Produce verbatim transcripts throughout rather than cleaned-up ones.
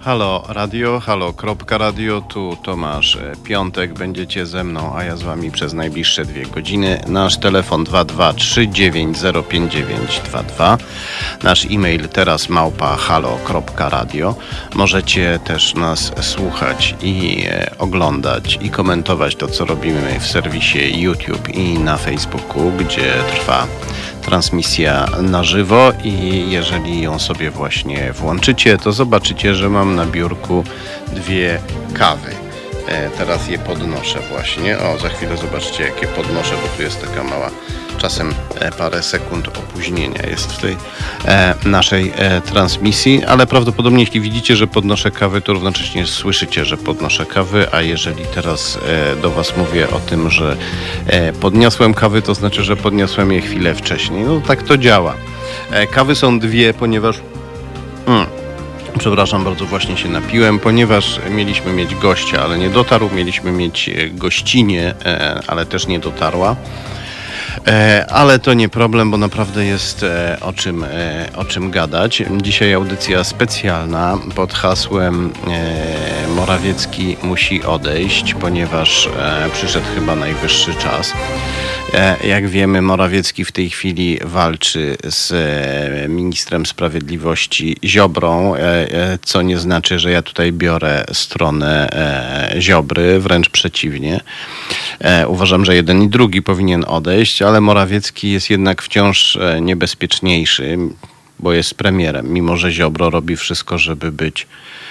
Halo Radio, halo.radio, tu Tomasz Piątek, będziecie ze mną, a ja z wami przez najbliższe dwie godziny. Nasz telefon dwa dwa trzy dziewięć zero pięć dziewięć dwa dwa, nasz e-mail teraz małpa halo.radio. Możecie też nas słuchać i e, oglądać i komentować to, co robimy w serwisie YouTube i na Facebooku, gdzie trwa transmisja na żywo i jeżeli ją sobie właśnie włączycie, to zobaczycie, że mam na biurku dwie kawy. E, teraz je podnoszę właśnie. O, za chwilę zobaczcie, jakie podnoszę, bo tu jest taka mała, czasem e, parę sekund opóźnienia jest w tej e, naszej e, transmisji, ale prawdopodobnie jeśli widzicie, że podnoszę kawy, to równocześnie słyszycie, że podnoszę kawy, a jeżeli teraz e, do was mówię o tym, że e, podniosłem kawy, to znaczy, że podniosłem je chwilę wcześniej. No tak to działa. E, kawy są dwie, ponieważ mm, przepraszam bardzo, właśnie się napiłem, ponieważ mieliśmy mieć gościa, ale nie dotarł, mieliśmy mieć gościnię, e, ale też nie dotarła. E, ale to nie problem, bo naprawdę jest e, o czym, e, o czym gadać. Dzisiaj audycja specjalna pod hasłem e, Morawiecki musi odejść, ponieważ e, przyszedł chyba najwyższy czas. E, jak wiemy, Morawiecki w tej chwili walczy z e, ministrem sprawiedliwości Ziobrą, e, e, co nie znaczy, że ja tutaj biorę stronę e, Ziobry, wręcz przeciwnie. E, uważam, że jeden i drugi powinien odejść, ale Morawiecki jest jednak wciąż niebezpieczniejszy, bo jest premierem, mimo że Ziobro robi wszystko, żeby być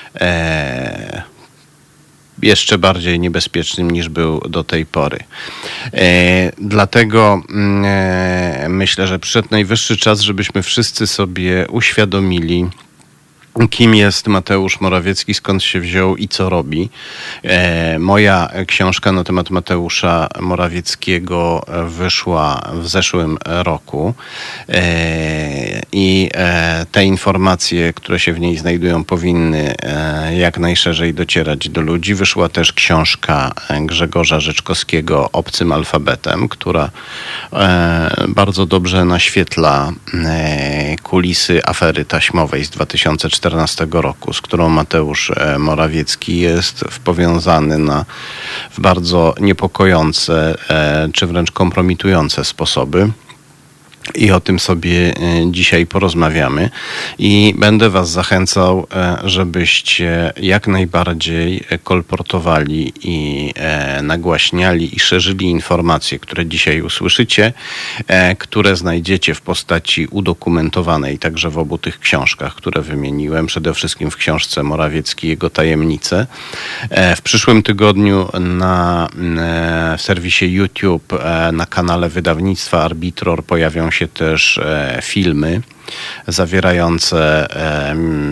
e, jeszcze bardziej niebezpiecznym niż był do tej pory. E, dlatego e, myślę, że przyszedł najwyższy czas, żebyśmy wszyscy sobie uświadomili, kim jest Mateusz Morawiecki, skąd się wziął i co robi. E, moja książka na temat Mateusza Morawieckiego wyszła w zeszłym roku e, i e, te informacje, które się w niej znajdują, powinny e, jak najszerzej docierać do ludzi. Wyszła też książka Grzegorza Rzeczkowskiego Obcym alfabetem, która e, bardzo dobrze naświetla e, kulisy afery taśmowej z dwa tysiące czternastego roku, z którą Mateusz Morawiecki jest powiązany na, w bardzo niepokojące czy wręcz kompromitujące sposoby. I o tym sobie dzisiaj porozmawiamy i będę was zachęcał, żebyście jak najbardziej kolportowali i nagłaśniali i szerzyli informacje, które dzisiaj usłyszycie, które znajdziecie w postaci udokumentowanej także w obu tych książkach, które wymieniłem, przede wszystkim w książce Morawiecki i jego tajemnice. W przyszłym tygodniu na w serwisie YouTube na kanale wydawnictwa Arbitror pojawią się się też e, filmy zawierające e,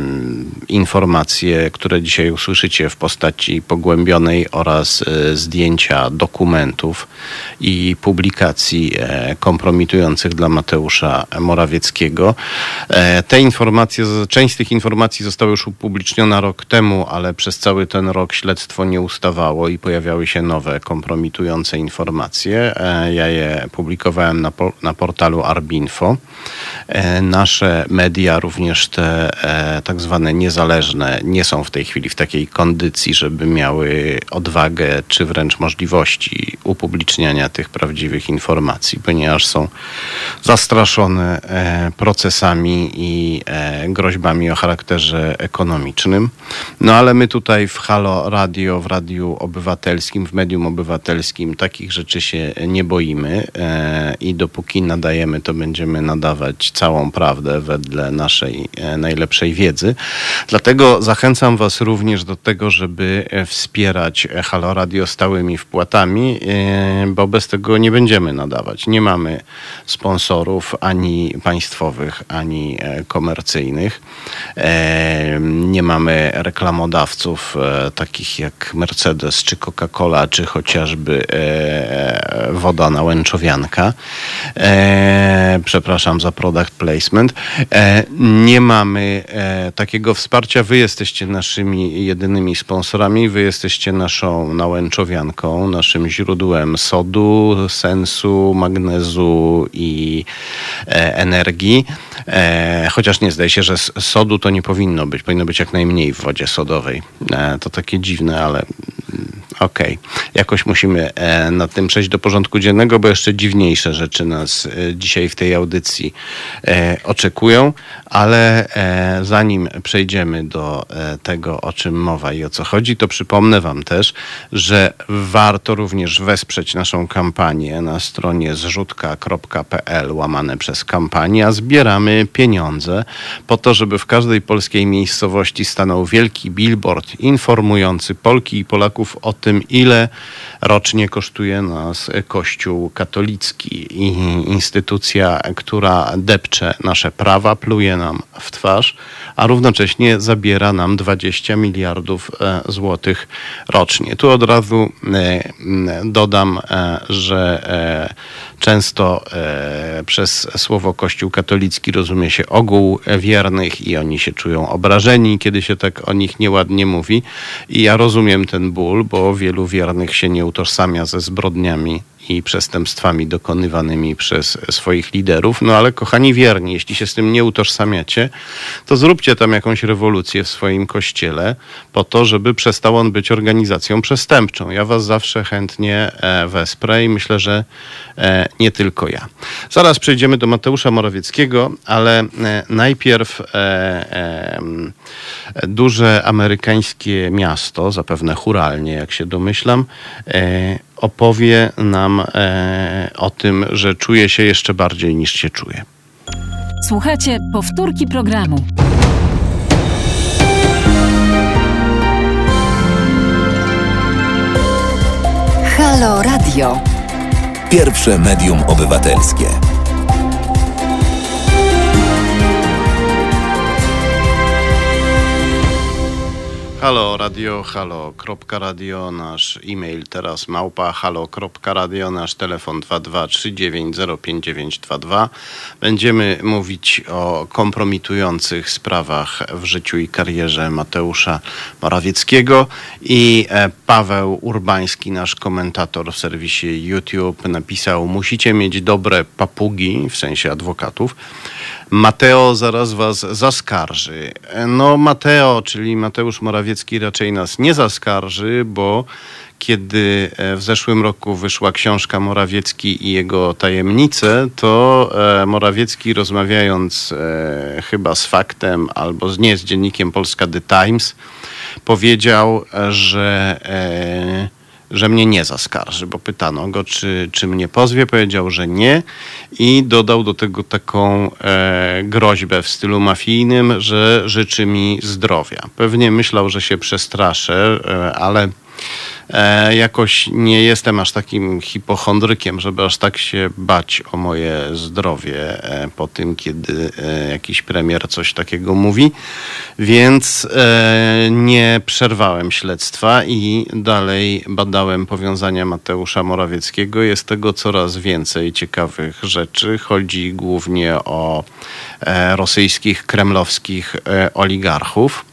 informacje, które dzisiaj usłyszycie w postaci pogłębionej oraz e, zdjęcia dokumentów i publikacji e, kompromitujących dla Mateusza Morawieckiego. E, te informacje, część z tych informacji została już upubliczniona rok temu, ale przez cały ten rok śledztwo nie ustawało i pojawiały się nowe kompromitujące informacje. E, ja je publikowałem na, po, na portalu Arbinfo. E, Nasze media, również te e, tak zwane niezależne, nie są w tej chwili w takiej kondycji, żeby miały odwagę czy wręcz możliwości upubliczniania tych prawdziwych informacji, ponieważ są zastraszone e, procesami i e, groźbami o charakterze ekonomicznym. No ale my tutaj w Halo Radio, w Radiu Obywatelskim, w Medium Obywatelskim takich rzeczy się nie boimy e, i dopóki nadajemy, to będziemy nadawać całą prawdę wedle naszej e, najlepszej wiedzy. Dlatego zachęcam was również do tego, żeby wspierać Halo Radio stałymi wpłatami, e, bo bez tego nie będziemy nadawać. Nie mamy sponsorów ani państwowych, ani e, komercyjnych. E, nie mamy reklamodawców e, takich jak Mercedes, czy Coca-Cola, czy chociażby e, woda na łęczowianka. E, przepraszam za product placement. E, nie mamy e, takiego wsparcia. Wy jesteście naszymi jedynymi sponsorami. Wy jesteście naszą nałęczowianką, naszym źródłem sodu, sensu, magnezu i energii. Chociaż nie, zdaje się, że sodu to nie powinno być. Powinno być jak najmniej w wodzie sodowej. To takie dziwne, ale okej. Okay. Jakoś musimy nad tym przejść do porządku dziennego, bo jeszcze dziwniejsze rzeczy nas dzisiaj w tej audycji oczekują. Ale zanim przejdziemy do tego, o czym mowa i o co chodzi, to przypomnę wam też, że warto również wesprzeć naszą kampanię na stronie zrzutka kropka p l łamane przez kampanię. Zbieramy pieniądze po to, żeby w każdej polskiej miejscowości stanął wielki billboard informujący Polki i Polaków o tym, ile rocznie kosztuje nas Kościół katolicki i instytucja, która depcze nasze prawa, pluje nam w twarz, a równocześnie zabiera nam dwadzieścia miliardów złotych rocznie. Tu od razu dodam, że często przez słowo Kościół katolicki rozumie się ogół wiernych i oni się czują obrażeni, kiedy się tak o nich nieładnie mówi. I ja rozumiem ten ból, bo wielu wiernych się nie utożsamia ze zbrodniami i przestępstwami dokonywanymi przez swoich liderów. No ale kochani wierni, jeśli się z tym nie utożsamiacie, to zróbcie tam jakąś rewolucję w swoim kościele po to, żeby przestał on być organizacją przestępczą. Ja was zawsze chętnie wesprę i myślę, że nie tylko ja. Zaraz przejdziemy do Mateusza Morawieckiego, ale najpierw duże amerykańskie miasto, zapewne chóralnie, jak się domyślam, opowie nam e, o tym, że czuje się jeszcze bardziej niż się czuje. Słuchajcie powtórki programu. Halo Radio. Pierwsze medium obywatelskie. Halo Radio, halo kropka radio, nasz e-mail teraz małpa halo kropka radio, nasz telefon dwa dwa trzy dziewięć zero pięć dziewięć dwa dwa. Będziemy mówić o kompromitujących sprawach w życiu i karierze Mateusza Morawieckiego i Paweł Urbański, nasz komentator w serwisie YouTube, napisał: musicie mieć dobre papugi, w sensie adwokatów. Mateo zaraz was zaskarży. No Mateo, czyli Mateusz Morawiecki raczej nas nie zaskarży, bo kiedy w zeszłym roku wyszła książka Morawiecki i jego tajemnice, to Morawiecki, rozmawiając chyba z Faktem albo z, nie z dziennikiem Polska The Times, powiedział, że że mnie nie zaskarży, bo pytano go, czy, czy mnie pozwie. Powiedział, że nie i dodał do tego taką e, groźbę w stylu mafijnym, że życzy mi zdrowia. Pewnie myślał, że się przestraszę, e, ale e, jakoś nie jestem aż takim hipochondrykiem, żeby aż tak się bać o moje zdrowie e, po tym, kiedy e, jakiś premier coś takiego mówi. Więc e, nie przerwałem śledztwa i dalej badałem powiązania Mateusza Morawieckiego. Jest tego coraz więcej ciekawych rzeczy. Chodzi głównie o e, rosyjskich, kremlowskich e, oligarchów.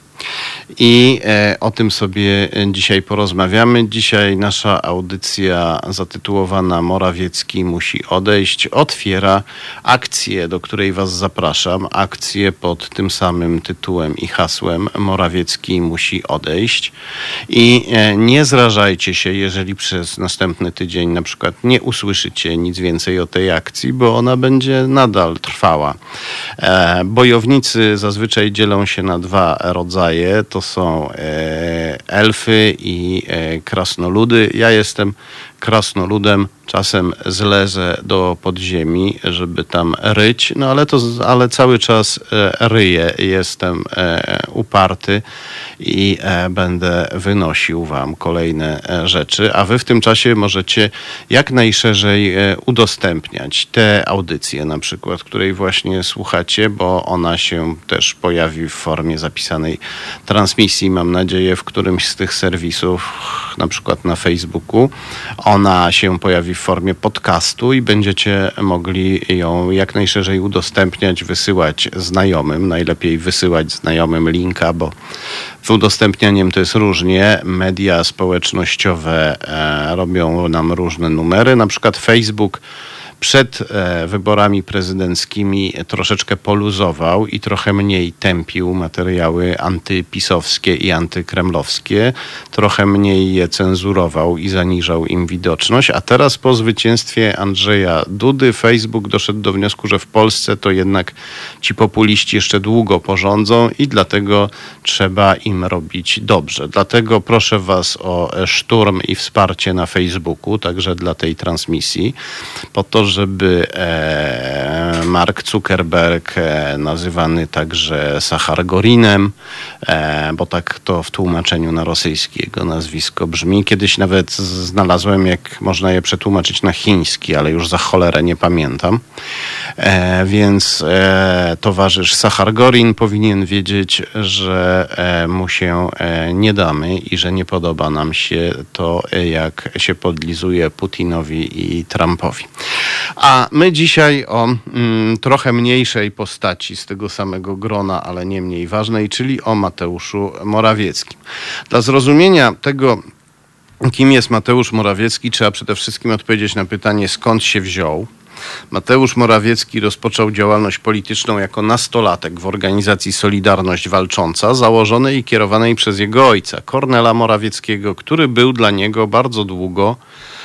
I e, o tym sobie dzisiaj porozmawiamy. Dzisiaj nasza audycja zatytułowana Morawiecki musi odejść otwiera akcję, do której was zapraszam. Akcję pod tym samym tytułem i hasłem Morawiecki musi odejść. I e, nie zrażajcie się, jeżeli przez następny tydzień na przykład nie usłyszycie nic więcej o tej akcji, bo ona będzie nadal trwała. E, bojownicy zazwyczaj dzielą się na dwa rodzaje. To są e, elfy i e, krasnoludy. Ja jestem krasnoludem, czasem zlezę do podziemi, żeby tam ryć, no ale to, ale cały czas e, ryję, jestem e, uparty i e, będę wynosił wam kolejne e, rzeczy, a wy w tym czasie możecie jak najszerzej e, udostępniać te audycje, na przykład, której właśnie słuchacie, bo ona się też pojawi w formie zapisanej transmisji, mam nadzieję, w którymś z tych serwisów, na przykład na Facebooku. Ona się pojawi w formie podcastu i będziecie mogli ją jak najszerzej udostępniać, wysyłać znajomym. Najlepiej wysyłać znajomym linka, bo z udostępnianiem to jest różnie. Media społecznościowe e, robią nam różne numery. Na przykład Facebook przed e, wyborami prezydenckimi troszeczkę poluzował i trochę mniej tępił materiały antypisowskie i antykremlowskie, trochę mniej je cenzurował i zaniżał im widoczność, a teraz po zwycięstwie Andrzeja Dudy Facebook doszedł do wniosku, że w Polsce to jednak ci populiści jeszcze długo porządzą i dlatego trzeba im robić dobrze. Dlatego proszę was o szturm i wsparcie na Facebooku, także dla tej transmisji, po to, żeby e, Mark Zuckerberg, e, nazywany także Sachargorinem, e, bo tak to w tłumaczeniu na rosyjski jego nazwisko brzmi. Kiedyś nawet znalazłem, jak można je przetłumaczyć na chiński, ale już za cholerę nie pamiętam. E, więc e, towarzysz Sachargorin powinien wiedzieć, że e, mu się e, nie damy i że nie podoba nam się to, e, jak się podlizuje Putinowi i Trumpowi. A my dzisiaj o mm, trochę mniejszej postaci z tego samego grona, ale nie mniej ważnej, czyli o Mateuszu Morawieckim. Dla zrozumienia tego, kim jest Mateusz Morawiecki, trzeba przede wszystkim odpowiedzieć na pytanie, skąd się wziął. Mateusz Morawiecki rozpoczął działalność polityczną jako nastolatek w organizacji Solidarność Walcząca, założonej i kierowanej przez jego ojca, Kornela Morawieckiego, który był dla niego bardzo długo,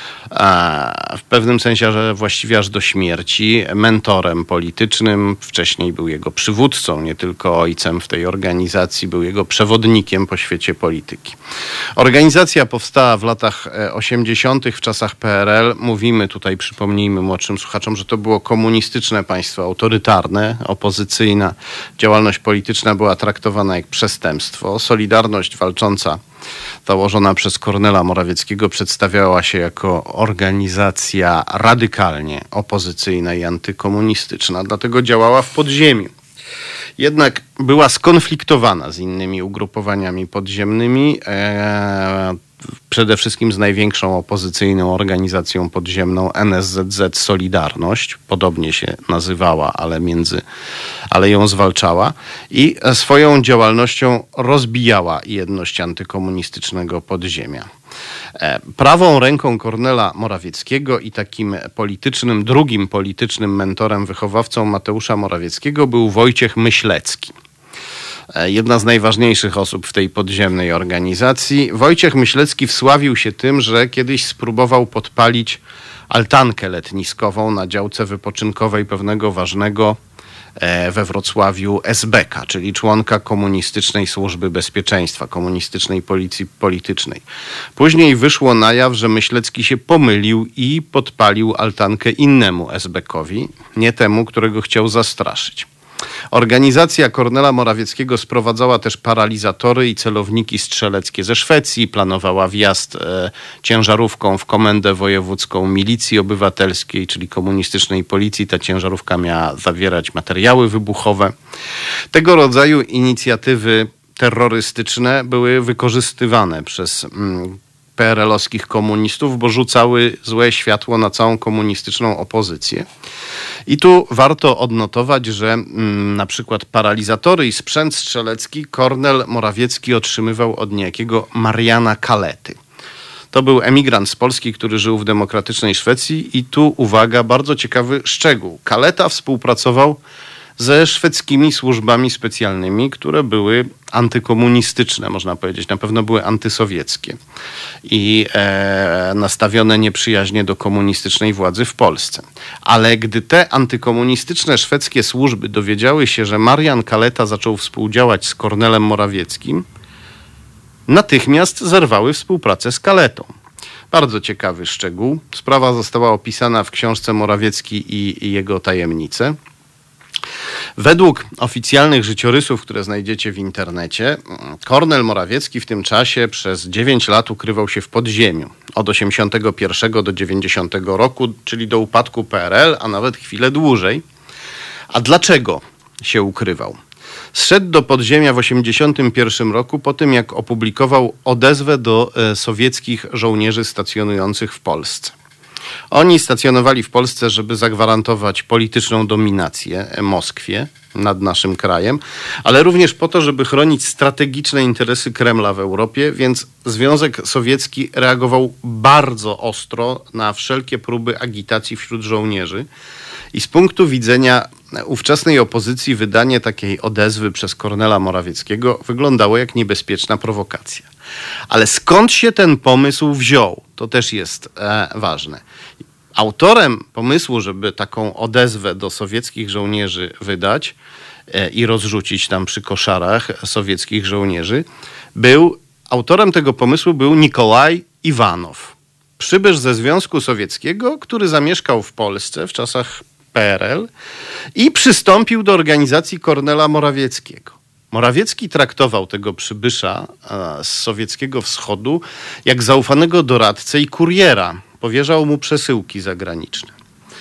w pewnym sensie, że właściwie aż do śmierci, mentorem politycznym. Wcześniej był jego przywódcą, nie tylko ojcem w tej organizacji, był jego przewodnikiem po świecie polityki. Organizacja powstała w latach osiemdziesiątych, w czasach P R L. Mówimy tutaj, przypomnijmy młodszym słuchaczom, że to było komunistyczne państwo autorytarne, opozycyjna działalność polityczna była traktowana jak przestępstwo. Solidarność Walcząca, założona przez Kornela Morawieckiego, przedstawiała się jako organizacja radykalnie opozycyjna i antykomunistyczna, dlatego działała w podziemiu. Jednak była skonfliktowana z innymi ugrupowaniami podziemnymi, e, przede wszystkim z największą opozycyjną organizacją podziemną N S Z Z Solidarność, podobnie się nazywała, ale, między, ale ją zwalczała i swoją działalnością rozbijała jedność antykomunistycznego podziemia. Prawą ręką Kornela Morawieckiego i takim politycznym, drugim politycznym mentorem, wychowawcą Mateusza Morawieckiego był Wojciech Myślecki. Jedna z najważniejszych osób w tej podziemnej organizacji. Wojciech Myślecki wsławił się tym, że kiedyś spróbował podpalić altankę letniskową na działce wypoczynkowej pewnego ważnego we Wrocławiu S B K, czyli członka Komunistycznej Służby Bezpieczeństwa, Komunistycznej Policji Politycznej. Później wyszło na jaw, że Myślecki się pomylił i podpalił altankę innemu S B Kowi, nie temu, którego chciał zastraszyć. Organizacja Kornela Morawieckiego sprowadzała też paralizatory i celowniki strzeleckie ze Szwecji, planowała wjazd e, ciężarówką w Komendę Wojewódzką Milicji Obywatelskiej, czyli komunistycznej policji. Ta ciężarówka miała zawierać materiały wybuchowe. Tego rodzaju inicjatywy terrorystyczne były wykorzystywane przez mm, P R L-owskich komunistów, bo rzucały złe światło na całą komunistyczną opozycję. I tu warto odnotować, że mm, na przykład paralizatory i sprzęt strzelecki Kornel Morawiecki otrzymywał od niejakiego Mariana Kalety. To był emigrant z Polski, który żył w demokratycznej Szwecji i tu, uwaga, bardzo ciekawy szczegół. Kaleta współpracował ze szwedzkimi służbami specjalnymi, które były antykomunistyczne, można powiedzieć. Na pewno były antysowieckie i e, nastawione nieprzyjaźnie do komunistycznej władzy w Polsce. Ale gdy te antykomunistyczne szwedzkie służby dowiedziały się, że Marian Kaleta zaczął współdziałać z Kornelem Morawieckim, natychmiast zerwały współpracę z Kaletą. Bardzo ciekawy szczegół. Sprawa została opisana w książce Morawiecki i, i jego tajemnice. Według oficjalnych życiorysów, które znajdziecie w internecie, Kornel Morawiecki w tym czasie przez dziewięć lat ukrywał się w podziemiu. Od osiemdziesiątego pierwszego do dziewięćdziesiątego roku, czyli do upadku P R L, a nawet chwilę dłużej. A dlaczego się ukrywał? Zszedł do podziemia w osiemdziesiątym pierwszym roku po tym, jak opublikował odezwę do e, sowieckich żołnierzy stacjonujących w Polsce. Oni stacjonowali w Polsce, żeby zagwarantować polityczną dominację Moskwie nad naszym krajem, ale również po to, żeby chronić strategiczne interesy Kremla w Europie, więc Związek Sowiecki reagował bardzo ostro na wszelkie próby agitacji wśród żołnierzy. I z punktu widzenia ówczesnej opozycji wydanie takiej odezwy przez Kornela Morawieckiego wyglądało jak niebezpieczna prowokacja. Ale skąd się ten pomysł wziął? To też jest e, ważne. Autorem pomysłu, żeby taką odezwę do sowieckich żołnierzy wydać e, i rozrzucić tam przy koszarach sowieckich żołnierzy, był, autorem tego pomysłu był Nikolaj Iwanow. Przybysz ze Związku Sowieckiego, który zamieszkał w Polsce w czasach P R L i przystąpił do organizacji Kornela Morawieckiego. Morawiecki traktował tego przybysza z sowieckiego wschodu jak zaufanego doradcę i kuriera. Powierzał mu przesyłki zagraniczne.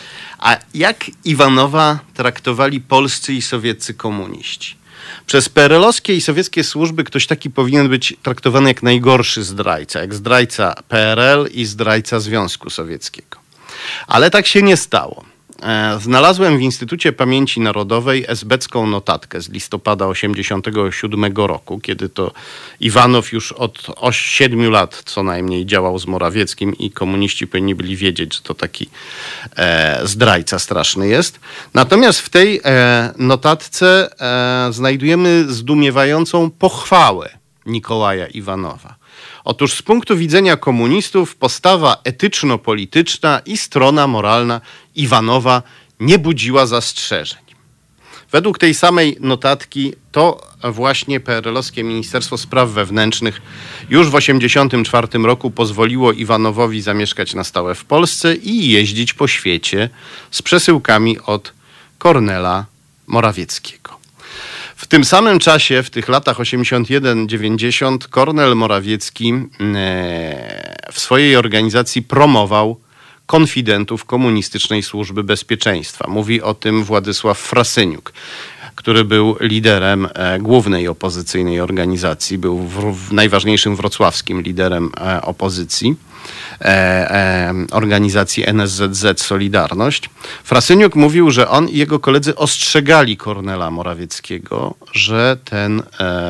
A jak Iwanowa traktowali polscy i sowieccy komuniści? Przez P R L-owskie i sowieckie służby ktoś taki powinien być traktowany jak najgorszy zdrajca, jak zdrajca P R L i zdrajca Związku Sowieckiego. Ale tak się nie stało. Znalazłem w Instytucie Pamięci Narodowej esbecką notatkę z listopada osiemdziesiątego siódmego roku, kiedy to Iwanow już od siedmiu lat co najmniej działał z Morawieckim i komuniści powinni byli wiedzieć, że to taki e, zdrajca straszny jest. Natomiast w tej e, notatce e, znajdujemy zdumiewającą pochwałę Nikolaja Iwanowa. Otóż z punktu widzenia komunistów postawa etyczno-polityczna i strona moralna Iwanowa nie budziła zastrzeżeń. Według tej samej notatki to właśnie P R L-owskie Ministerstwo Spraw Wewnętrznych już w osiemdziesiątym czwartym roku pozwoliło Iwanowowi zamieszkać na stałe w Polsce i jeździć po świecie z przesyłkami od Kornela Morawieckiego. W tym samym czasie, w tych latach osiemdziesiąt jeden dziewięćdziesiąt, Kornel Morawiecki w swojej organizacji promował konfidentów komunistycznej służby bezpieczeństwa. Mówi o tym Władysław Frasyniuk, który był liderem głównej opozycyjnej organizacji, był w najważniejszym wrocławskim liderem opozycji, organizacji N S Z Z Solidarność. Frasyniuk mówił, że on i jego koledzy ostrzegali Kornela Morawieckiego, że ten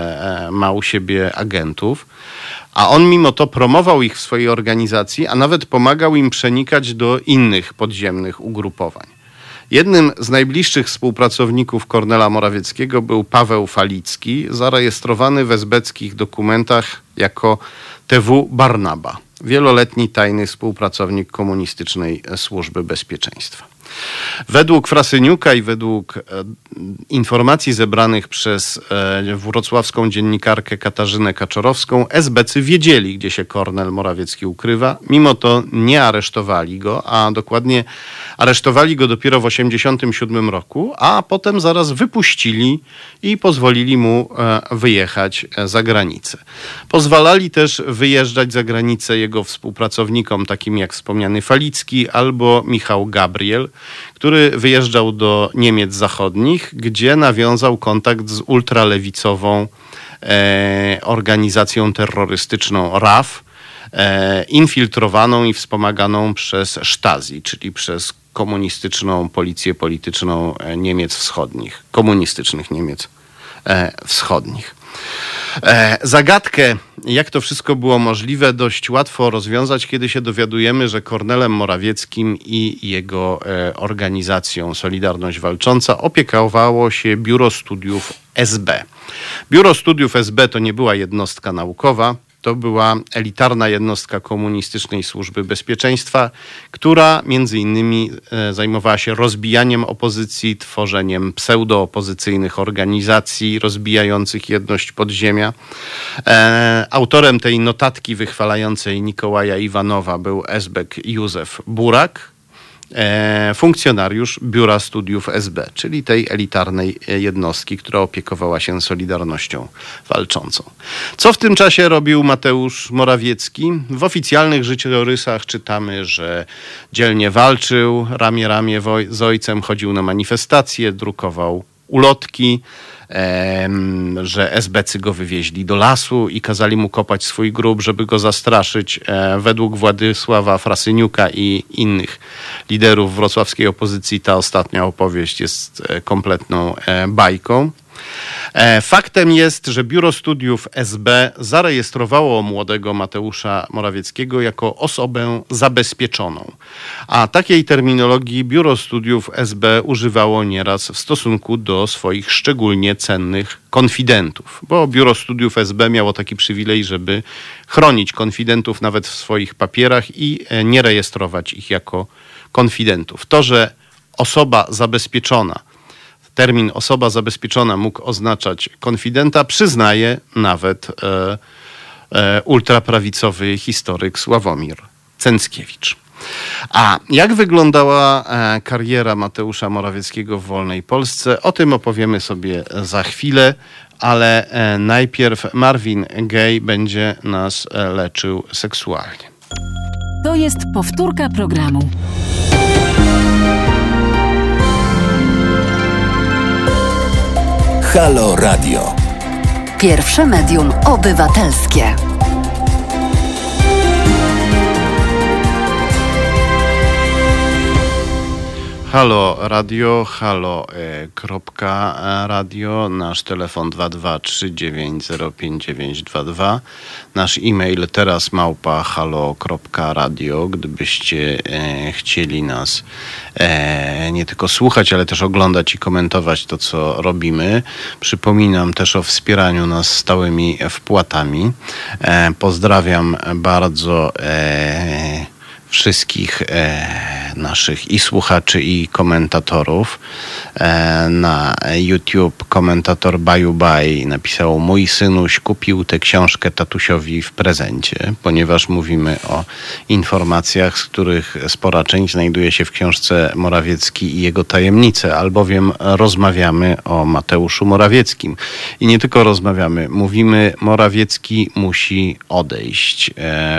ma u siebie agentów, a on mimo to promował ich w swojej organizacji, a nawet pomagał im przenikać do innych podziemnych ugrupowań. Jednym z najbliższych współpracowników Kornela Morawieckiego był Paweł Falicki, zarejestrowany w esbeckich dokumentach jako T W Barnaba, wieloletni tajny współpracownik komunistycznej służby bezpieczeństwa. Według Frasyniuka i według e, informacji zebranych przez e, wrocławską dziennikarkę Katarzynę Kaczorowską, esbecy wiedzieli, gdzie się Kornel Morawiecki ukrywa. Mimo to nie aresztowali go, a dokładnie aresztowali go dopiero w osiemdziesiątym siódmym roku, a potem zaraz wypuścili i pozwolili mu e, wyjechać za granicę. Pozwalali też wyjeżdżać za granicę jego współpracownikom, takim jak wspomniany Falicki albo Michał Gabriel, który wyjeżdżał do Niemiec Zachodnich, gdzie nawiązał kontakt z ultralewicową e, organizacją terrorystyczną R A F, e, infiltrowaną i wspomaganą przez Stasi, czyli przez komunistyczną policję polityczną Niemiec Wschodnich, komunistycznych Niemiec e, Wschodnich. E, zagadkę, jak to wszystko było możliwe, dość łatwo rozwiązać, kiedy się dowiadujemy, że Kornelem Morawieckim i jego e, organizacją Solidarność Walcząca opiekowało się Biuro Studiów S B. Biuro Studiów S B to nie była jednostka naukowa, to była elitarna jednostka komunistycznej służby bezpieczeństwa, która między innymi zajmowała się rozbijaniem opozycji, tworzeniem pseudoopozycyjnych organizacji rozbijających jedność podziemia. E, autorem tej notatki wychwalającej Nikołaja Iwanowa był esbek Józef Burak, e, funkcjonariusz Biura Studiów S B, czyli tej elitarnej jednostki, która opiekowała się Solidarnością Walczącą. Co w tym czasie robił Mateusz Morawiecki? W oficjalnych życiorysach czytamy, że dzielnie walczył, ramię ramię woj- z ojcem, chodził na manifestacje, drukował ulotki, że esbecy go wywieźli do lasu i kazali mu kopać swój grób, żeby go zastraszyć. Według Władysława Frasyniuka i innych liderów wrocławskiej opozycji ta ostatnia opowieść jest kompletną bajką. Faktem jest, że Biuro Studiów S B zarejestrowało młodego Mateusza Morawieckiego jako osobę zabezpieczoną. A takiej terminologii Biuro Studiów S B używało nieraz w stosunku do swoich szczególnie cennych konfidentów, bo Biuro Studiów S B miało taki przywilej, żeby chronić konfidentów nawet w swoich papierach i nie rejestrować ich jako konfidentów. To, że osoba zabezpieczona, termin osoba zabezpieczona mógł oznaczać konfidenta, przyznaje nawet e, e, ultraprawicowy historyk Sławomir Cęckiewicz. A jak wyglądała e, kariera Mateusza Morawieckiego w wolnej Polsce? O tym opowiemy sobie za chwilę, ale e, najpierw Marvin Gaye będzie nas e, leczył seksualnie. To jest powtórka programu. Halo Radio. Pierwsze medium obywatelskie. Halo Radio, halo e, kropka radio, nasz telefon dwa dwa trzy dziewięć zero pięć dziewięć dwa dwa, nasz e-mail teraz małpa halo kropka radio, gdybyście e, chcieli nas e, nie tylko słuchać, ale też oglądać i komentować to, co robimy. Przypominam też o wspieraniu nas stałymi wpłatami. E, pozdrawiam bardzo e, wszystkich e, naszych i słuchaczy, i komentatorów. E, na YouTube komentator Baju Baj napisał: mój synuś kupił tę książkę tatusiowi w prezencie, ponieważ mówimy o informacjach, z których spora część znajduje się w książce Morawiecki i jego tajemnice, albowiem rozmawiamy o Mateuszu Morawieckim. I nie tylko rozmawiamy, mówimy: Morawiecki musi odejść.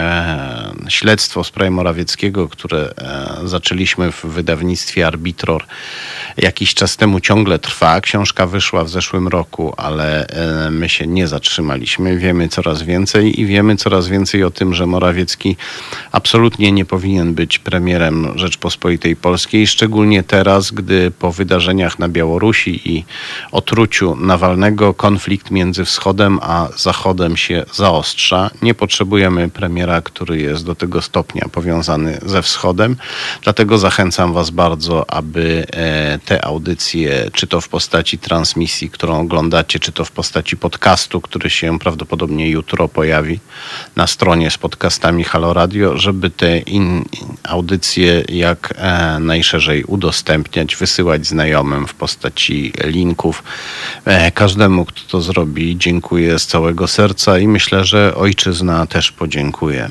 E, śledztwo w sprawie Morawieckiego, które e, zaczęliśmy w wydawnictwie Arbitror jakiś czas temu, ciągle trwa. Książka wyszła w zeszłym roku, ale e, my się nie zatrzymaliśmy. Wiemy coraz więcej i wiemy coraz więcej o tym, że Morawiecki absolutnie nie powinien być premierem Rzeczpospolitej Polskiej, szczególnie teraz, gdy po wydarzeniach na Białorusi i otruciu Nawalnego konflikt między Wschodem a Zachodem się zaostrza. Nie potrzebujemy premiera, który jest do tego stopnia powiązany ze Wschodem. Dlatego zachęcam was bardzo, aby te audycje, czy to w postaci transmisji, którą oglądacie, czy to w postaci podcastu, który się prawdopodobnie jutro pojawi na stronie z podcastami Halo Radio, żeby te in, audycje jak e, najszerzej udostępniać, wysyłać znajomym w postaci linków. E, każdemu, kto to zrobi, dziękuję z całego serca i myślę, że ojczyzna też podziękuje.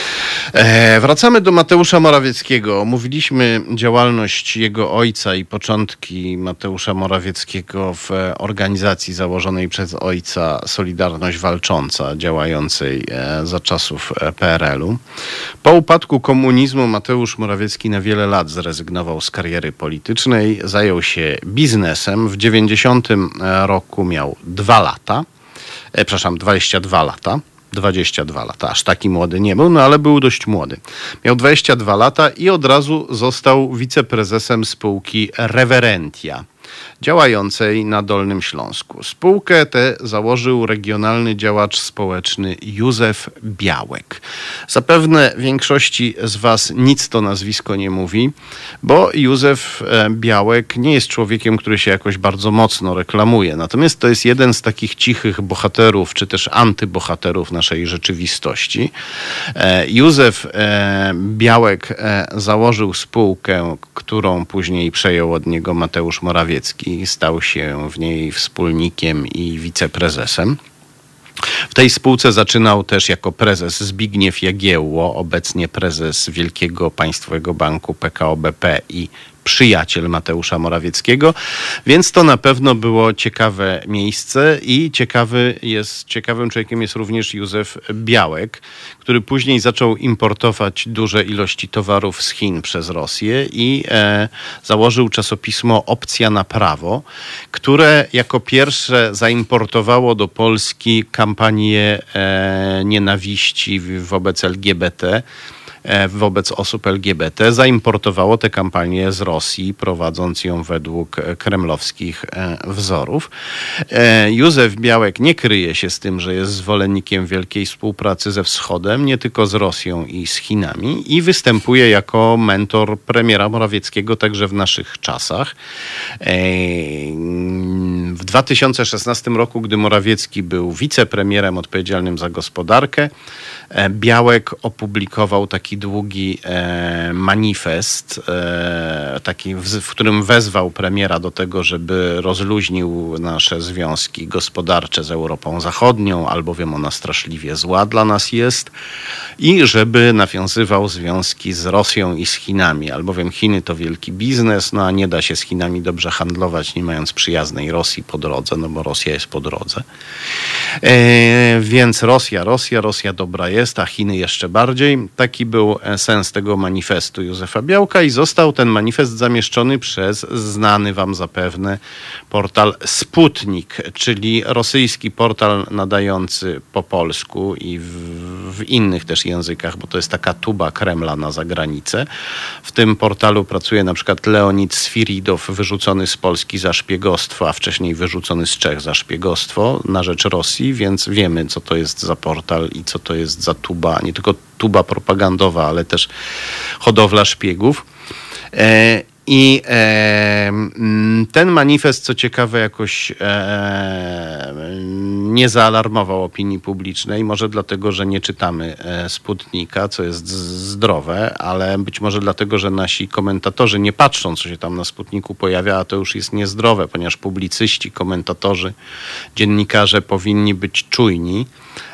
E, wracamy do Mateusza Morawieckiego. Mówiliśmy działalność jego ojca i początki Mateusza Morawieckiego w organizacji założonej przez ojca Solidarność Walcząca, działającej za czasów P R L-u. Po upadku komunizmu Mateusz Morawiecki na wiele lat zrezygnował z kariery politycznej, zajął się biznesem. W dziewięćdziesiątym roku miał dwa lata, e, przepraszam, dwadzieścia dwa lata. dwadzieścia dwa lata, aż taki młody nie był, no ale był dość młody. Miał dwadzieścia dwa lata i od razu został wiceprezesem spółki Reverentia, działającej na Dolnym Śląsku. Spółkę tę założył regionalny działacz społeczny Józef Białek. Zapewne większości z was nic to nazwisko nie mówi, bo Józef Białek nie jest człowiekiem, który się jakoś bardzo mocno reklamuje. Natomiast to jest jeden z takich cichych bohaterów, czy też antybohaterów naszej rzeczywistości. Józef Białek założył spółkę, którą później przejął od niego Mateusz Morawiecki. Stał się w niej wspólnikiem i wiceprezesem. W tej spółce zaczynał też jako prezes Zbigniew Jagiełło, obecnie prezes Wielkiego Państwowego Banku P K O B P i przyjaciel Mateusza Morawieckiego, więc to na pewno było ciekawe miejsce i ciekawy jest, ciekawym człowiekiem jest również Józef Białek, który później zaczął importować duże ilości towarów z Chin przez Rosję i e, założył czasopismo Opcja na Prawo, które jako pierwsze zaimportowało do Polski kampanię e, nienawiści wobec L G B T, wobec osób L G B T, zaimportowało tę kampanię z Rosji, prowadząc ją według kremlowskich wzorów. Józef Białek nie kryje się z tym, że jest zwolennikiem wielkiej współpracy ze Wschodem, nie tylko z Rosją i z Chinami, i występuje jako mentor premiera Morawieckiego także w naszych czasach. W dwa tysiące szesnastym roku, gdy Morawiecki był wicepremierem odpowiedzialnym za gospodarkę, Białek opublikował taki długi e, manifest, e, taki, w, w którym wezwał premiera do tego, żeby rozluźnił nasze związki gospodarcze z Europą Zachodnią, albowiem ona straszliwie zła dla nas jest, i żeby nawiązywał związki z Rosją i z Chinami, albowiem Chiny to wielki biznes, no a nie da się z Chinami dobrze handlować, nie mając przyjaznej Rosji po drodze, no bo Rosja jest po drodze. E, więc Rosja, Rosja, Rosja dobra jest, a Chiny jeszcze bardziej. Taki był sens tego manifestu Józefa Białka i został ten manifest zamieszczony przez znany wam zapewne portal Sputnik, czyli rosyjski portal nadający po polsku i w, w innych też językach, bo to jest taka tuba Kremla na zagranicę. W tym portalu pracuje na przykład Leonid Sfiridow, wyrzucony z Polski za szpiegostwo, a wcześniej wyrzucony z Czech za szpiegostwo na rzecz Rosji, więc wiemy, co to jest za portal i co to jest za tuba, nie tylko tuba propagandowa, ale też hodowla szpiegów. E, I e, ten manifest, co ciekawe, jakoś e, nie zaalarmował opinii publicznej. Może dlatego, że nie czytamy e, Sputnika, co jest zdrowe, ale być może dlatego, że nasi komentatorzy nie patrzą, co się tam na Sputniku pojawia, a to już jest niezdrowe, ponieważ publicyści, komentatorzy, dziennikarze powinni być czujni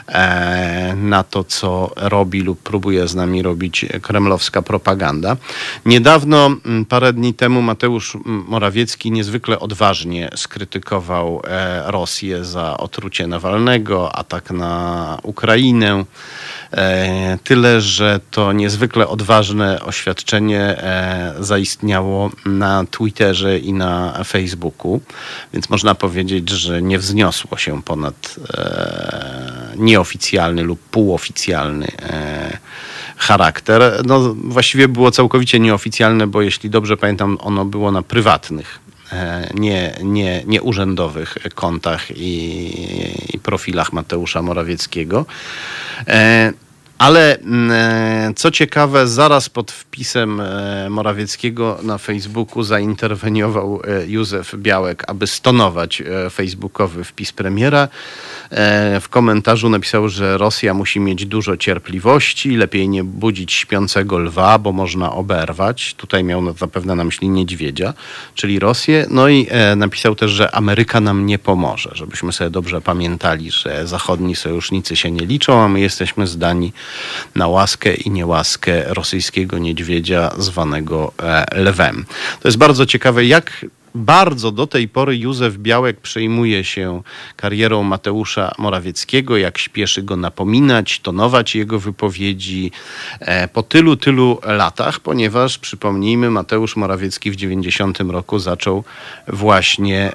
na to, co robi lub próbuje z nami robić kremlowska propaganda. Niedawno, parę dni temu, Mateusz Morawiecki niezwykle odważnie skrytykował Rosję za otrucie Nawalnego, atak na Ukrainę. Tyle, że to niezwykle odważne oświadczenie zaistniało na Twitterze i na Facebooku, więc można powiedzieć, że nie wzniosło się ponad nieoficjalny lub półoficjalny charakter. No, właściwie było całkowicie nieoficjalne, bo jeśli dobrze pamiętam, ono było na prywatnych, nie, nie, nie urzędowych kontach i, i profilach Mateusza Morawieckiego. Ale co ciekawe, zaraz pod wpisem Morawieckiego na Facebooku zainterweniował Józef Białek, aby stonować facebookowy wpis premiera. W komentarzu napisał, że Rosja musi mieć dużo cierpliwości, lepiej nie budzić śpiącego lwa, bo można oberwać. Tutaj miał zapewne na myśli niedźwiedzia, czyli Rosję. No i napisał też, że Ameryka nam nie pomoże, żebyśmy sobie dobrze pamiętali, że zachodni sojusznicy się nie liczą, a my jesteśmy zdani na łaskę i niełaskę rosyjskiego niedźwiedzia zwanego lwem. To jest bardzo ciekawe, jak bardzo do tej pory Józef Białek przejmuje się karierą Mateusza Morawieckiego, jak śpieszy go napominać, tonować jego wypowiedzi po tylu, tylu latach, ponieważ, przypomnijmy, Mateusz Morawiecki w dziewięćdziesiątym roku zaczął właśnie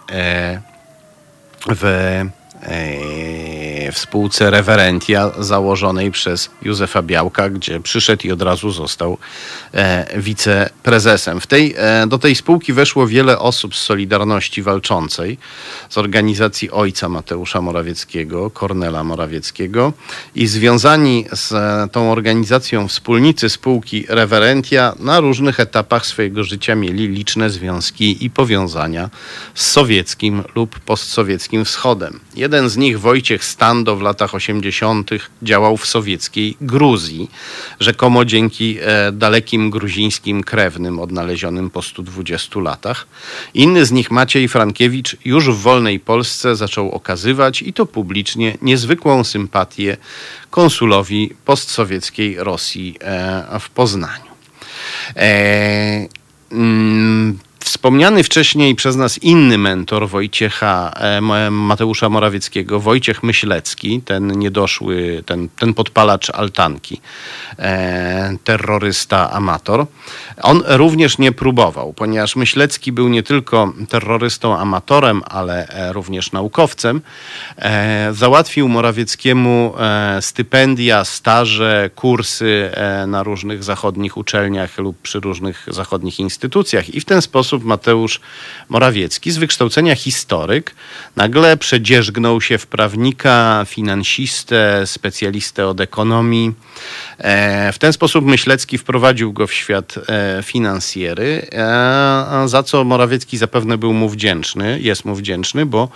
w w spółce Reverentia założonej przez Józefa Białka, gdzie przyszedł i od razu został e, wiceprezesem. W tej, e, do tej spółki weszło wiele osób z Solidarności Walczącej, z organizacji ojca Mateusza Morawieckiego, Kornela Morawieckiego, i związani z e, tą organizacją wspólnicy spółki Reverentia na różnych etapach swojego życia mieli liczne związki i powiązania z sowieckim lub postsowieckim wschodem. Jeden z nich, Wojciech Stando, w latach osiemdziesiątych działał w sowieckiej Gruzji, rzekomo dzięki e, dalekim gruzińskim krewnym odnalezionym po stu dwudziestu latach. Inny z nich, Maciej Frankiewicz, już w wolnej Polsce zaczął okazywać, i to publicznie, niezwykłą sympatię konsulowi postsowieckiej Rosji e, w Poznaniu. E, mm, Wspomniany wcześniej przez nas inny mentor Wojciecha, e, Mateusza Morawieckiego, Wojciech Myślecki, ten niedoszły, ten, ten podpalacz altanki, e, terrorysta, amator, on również nie próbował, ponieważ Myślecki był nie tylko terrorystą, amatorem, ale e, również naukowcem. E, załatwił Morawieckiemu e, stypendia, staże, kursy e, na różnych zachodnich uczelniach lub przy różnych zachodnich instytucjach i w ten sposób Mateusz Morawiecki, z wykształcenia historyk, nagle przedzierzgnął się w prawnika, finansistę, specjalistę od ekonomii. W ten sposób Myślecki wprowadził go w świat finansjery, za co Morawiecki zapewne był mu wdzięczny, jest mu wdzięczny, bo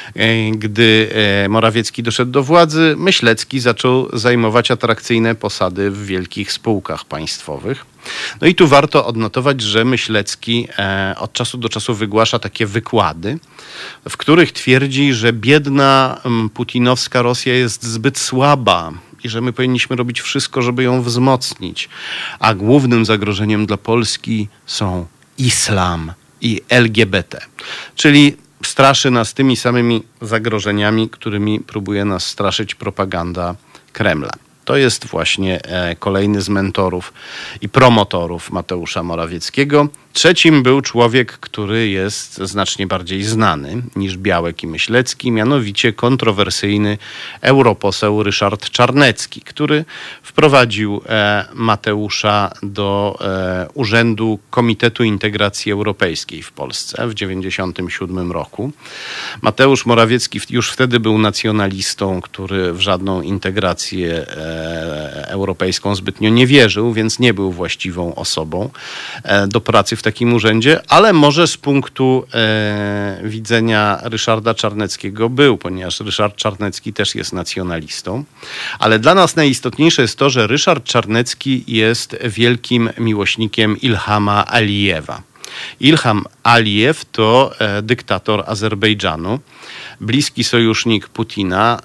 gdy Morawiecki doszedł do władzy, Myślecki zaczął zajmować atrakcyjne posady w wielkich spółkach państwowych. No i tu warto odnotować, że Myślecki e, od czasu do czasu wygłasza takie wykłady, w których twierdzi, że biedna m, putinowska Rosja jest zbyt słaba i że my powinniśmy robić wszystko, żeby ją wzmocnić. A głównym zagrożeniem dla Polski są islam i L G B T. Czyli straszy nas tymi samymi zagrożeniami, którymi próbuje nas straszyć propaganda Kremla. To jest właśnie kolejny z mentorów i promotorów Mateusza Morawieckiego. Trzecim był człowiek, który jest znacznie bardziej znany niż Białek i Myślecki, mianowicie kontrowersyjny europoseł Ryszard Czarnecki, który wprowadził Mateusza do Urzędu Komitetu Integracji Europejskiej w Polsce w tysiąc dziewięćset dziewięćdziesiątym siódmym roku. Mateusz Morawiecki już wtedy był nacjonalistą, który w żadną integrację europejską zbytnio nie wierzył, więc nie był właściwą osobą do pracy w takim urzędzie, ale może z punktu e, widzenia Ryszarda Czarneckiego był, ponieważ Ryszard Czarnecki też jest nacjonalistą. Ale dla nas najistotniejsze jest to, że Ryszard Czarnecki jest wielkim miłośnikiem Ilhama Alijewa. Ilham Alijew to e, dyktator Azerbejdżanu, bliski sojusznik Putina.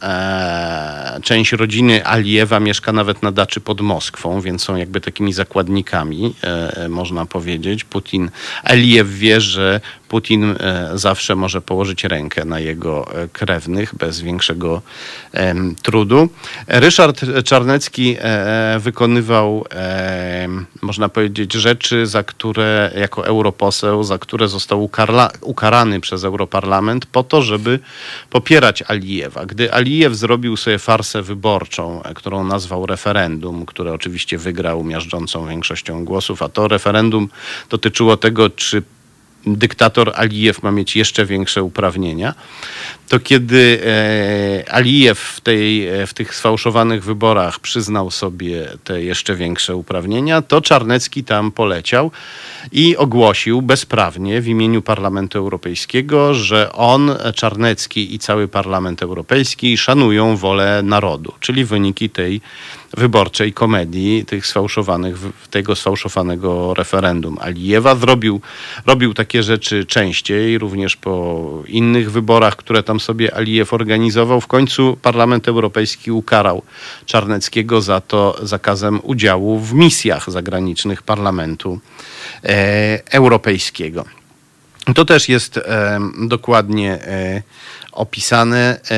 E, część rodziny Alijewa mieszka nawet na daczy pod Moskwą, więc są jakby takimi zakładnikami, e, można powiedzieć. Putin, Alijew wie, że Putin e, zawsze może położyć rękę na jego e, krewnych bez większego e, trudu. Ryszard Czarnecki e, wykonywał, e, można powiedzieć, rzeczy, za które jako europoseł, za które został ukarla, ukarany przez Europarlament po to, żeby popierać Alijewa. Gdy Alijew zrobił sobie farsę wyborczą, którą nazwał referendum, które oczywiście wygrał miażdżącą większością głosów, a to referendum dotyczyło tego, czy dyktator Alijew ma mieć jeszcze większe uprawnienia, to kiedy e, Alijew w, tej, w tych sfałszowanych wyborach przyznał sobie te jeszcze większe uprawnienia, to Czarnecki tam poleciał i ogłosił bezprawnie w imieniu Parlamentu Europejskiego, że on, Czarnecki i cały Parlament Europejski szanują wolę narodu, czyli wyniki tej wyborczej komedii, tych sfałszowanych, tego sfałszowanego referendum Alijewa. Zrobił, robił takie rzeczy częściej, również po innych wyborach, które tam sobie Alijew organizował. W końcu Parlament Europejski ukarał Czarneckiego za to zakazem udziału w misjach zagranicznych Parlamentu e, Europejskiego. To też jest e, dokładnie e, opisane e,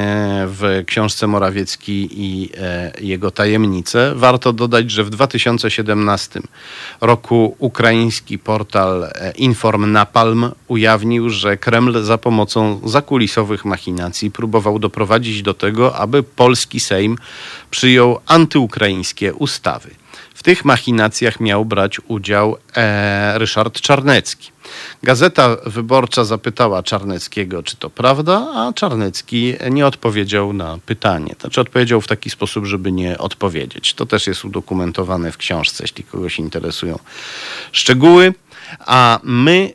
w książce Morawiecki i e, jego tajemnice. Warto dodać, że w dwa tysiące siedemnastym roku ukraiński portal Inform Napalm ujawnił, że Kreml za pomocą zakulisowych machinacji próbował doprowadzić do tego, aby polski Sejm przyjął antyukraińskie ustawy. W tych machinacjach miał brać udział e, Ryszard Czarnecki. Gazeta Wyborcza zapytała Czarneckiego, czy to prawda, a Czarnecki nie odpowiedział na pytanie. Znaczy odpowiedział w taki sposób, żeby nie odpowiedzieć. To też jest udokumentowane w książce, jeśli kogoś interesują szczegóły. A my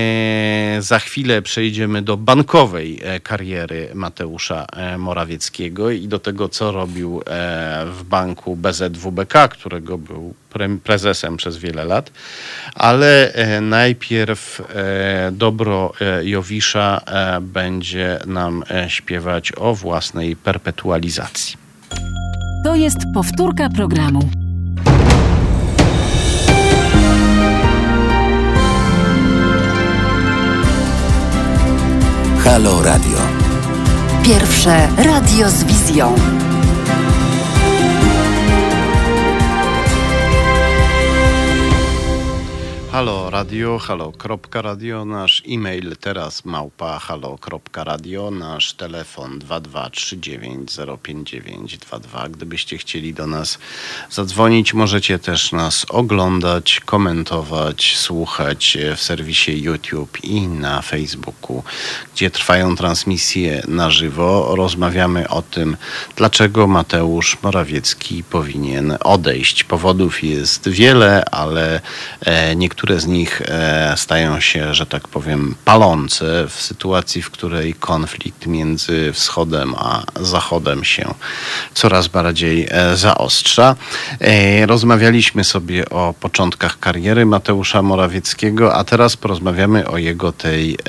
e, za chwilę przejdziemy do bankowej e, kariery Mateusza e, Morawieckiego i do tego, co robił e, w banku B Z W B K, którego był pre, prezesem przez wiele lat. Ale e, najpierw e, dobro e, Jowisza e, będzie nam e, śpiewać o własnej perpetualizacji. To jest powtórka programu. Halo Radio. Pierwsze radio z wizją. Halo Radio, halo.radio, nasz e-mail teraz małpa halo.radio, nasz telefon dwa dwa trzy dziewięć zero pięć dziewięć dwa dwa. Gdybyście chcieli do nas zadzwonić, możecie też nas oglądać, komentować, słuchać w serwisie YouTube i na Facebooku, gdzie trwają transmisje na żywo. Rozmawiamy o tym, dlaczego Mateusz Morawiecki powinien odejść. Powodów jest wiele, ale niektóre Niektóre z nich stają się, że tak powiem, palące w sytuacji, w której konflikt między Wschodem a Zachodem się coraz bardziej zaostrza. Rozmawialiśmy sobie o początkach kariery Mateusza Morawieckiego, a teraz porozmawiamy o jego tej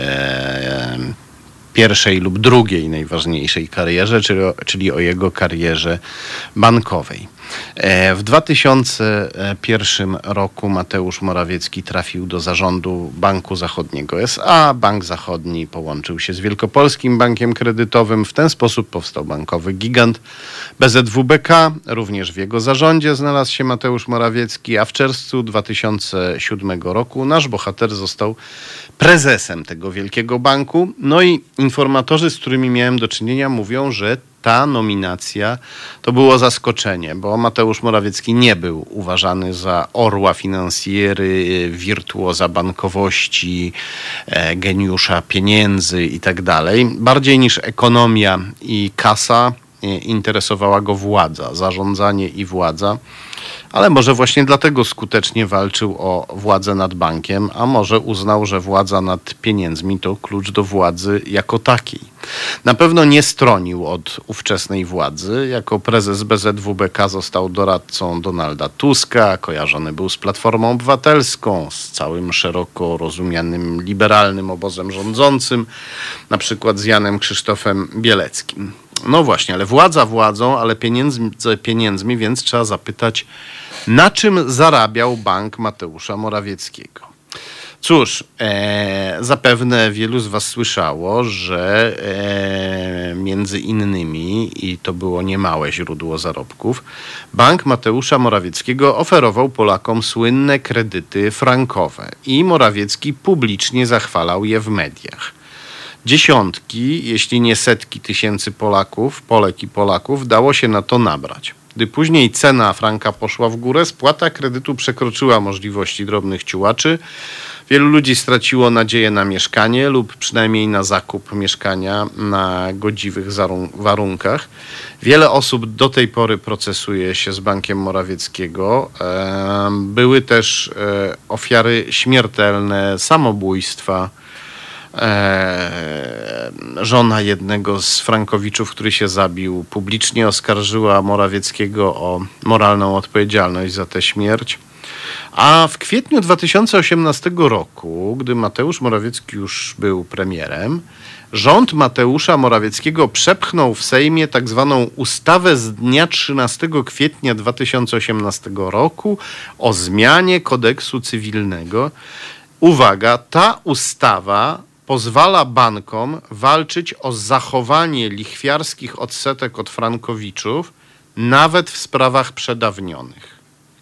pierwszej lub drugiej najważniejszej karierze, czyli o, czyli o jego karierze bankowej. W dwa tysiące pierwszym roku Mateusz Morawiecki trafił do zarządu Banku Zachodniego S A. Bank Zachodni połączył się z Wielkopolskim Bankiem Kredytowym. W ten sposób powstał bankowy gigant B Z W B K. Również w jego zarządzie znalazł się Mateusz Morawiecki, a w czerwcu dwa tysiące siódmego roku nasz bohater został prezesem tego wielkiego banku. No i informatorzy, z którymi miałem do czynienia, mówią, że ta nominacja to było zaskoczenie, bo Mateusz Morawiecki nie był uważany za orła finansjery, wirtuoza bankowości, geniusza pieniędzy i tak dalej. Bardziej niż ekonomia i kasa interesowała go władza, zarządzanie i władza. Ale może właśnie dlatego skutecznie walczył o władzę nad bankiem, a może uznał, że władza nad pieniędzmi to klucz do władzy jako takiej. Na pewno nie stronił od ówczesnej władzy. Jako prezes B Z W B K został doradcą Donalda Tuska, kojarzony był z Platformą Obywatelską, z całym szeroko rozumianym liberalnym obozem rządzącym, na przykład z Janem Krzysztofem Bieleckim. No właśnie, ale władza władzą, ale pieniędzmi, pieniędzmi, więc trzeba zapytać, na czym zarabiał bank Mateusza Morawieckiego? Cóż, e, zapewne wielu z was słyszało, że e, między innymi, i to było niemałe źródło zarobków, bank Mateusza Morawieckiego oferował Polakom słynne kredyty frankowe i Morawiecki publicznie zachwalał je w mediach. Dziesiątki, jeśli nie setki tysięcy Polaków, Polek i Polaków dało się na to nabrać. Gdy później cena franka poszła w górę, spłata kredytu przekroczyła możliwości drobnych ciułaczy. Wielu ludzi straciło nadzieję na mieszkanie lub przynajmniej na zakup mieszkania na godziwych warunkach. Wiele osób do tej pory procesuje się z Bankiem Morawieckiego. Były też ofiary śmiertelne, samobójstwa. Żona jednego z frankowiczów, który się zabił, publicznie oskarżyła Morawieckiego o moralną odpowiedzialność za tę śmierć. A w kwietniu dwa tysiące osiemnastego roku, gdy Mateusz Morawiecki już był premierem, rząd Mateusza Morawieckiego przepchnął w Sejmie tak zwaną ustawę z dnia trzynastego kwietnia dwa tysiące osiemnastego roku o zmianie kodeksu cywilnego. Uwaga, ta ustawa pozwala bankom walczyć o zachowanie lichwiarskich odsetek od frankowiczów, nawet w sprawach przedawnionych.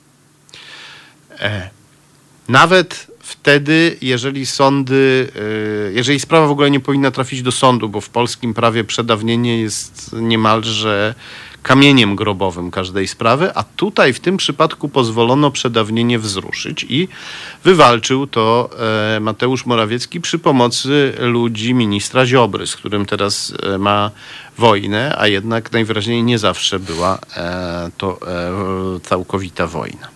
E, nawet wtedy, jeżeli sądy, e, jeżeli sprawa w ogóle nie powinna trafić do sądu, bo w polskim prawie przedawnienie jest niemalże kamieniem grobowym każdej sprawy, a tutaj w tym przypadku pozwolono przedawnienie wzruszyć i wywalczył to e, Mateusz Morawiecki przy pomocy ludzi ministra Ziobry, z którym teraz e, ma wojnę, a jednak najwyraźniej nie zawsze była e, to e, całkowita wojna.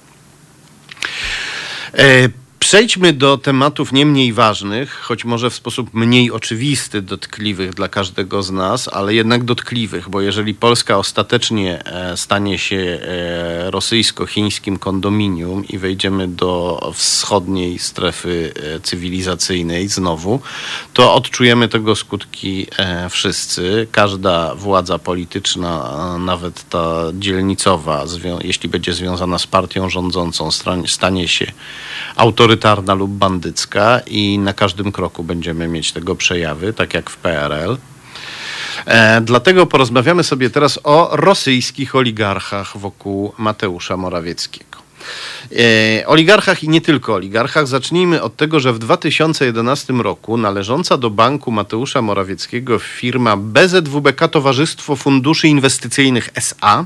E, Przejdźmy do tematów nie mniej ważnych, choć może w sposób mniej oczywisty, dotkliwych dla każdego z nas, ale jednak dotkliwych, bo jeżeli Polska ostatecznie stanie się rosyjsko-chińskim kondominium i wejdziemy do wschodniej strefy cywilizacyjnej znowu, to odczujemy tego skutki wszyscy. Każda władza polityczna, nawet ta dzielnicowa, jeśli będzie związana z partią rządzącą, stanie się autorytetem autorytarna lub bandycka i na każdym kroku będziemy mieć tego przejawy, tak jak w P R L. E, dlatego porozmawiamy sobie teraz o rosyjskich oligarchach wokół Mateusza Morawieckiego. E, oligarchach i nie tylko oligarchach. Zacznijmy od tego, że w dwa tysiące jedenastym roku należąca do banku Mateusza Morawieckiego firma B Z W B K Towarzystwo Funduszy Inwestycyjnych S A,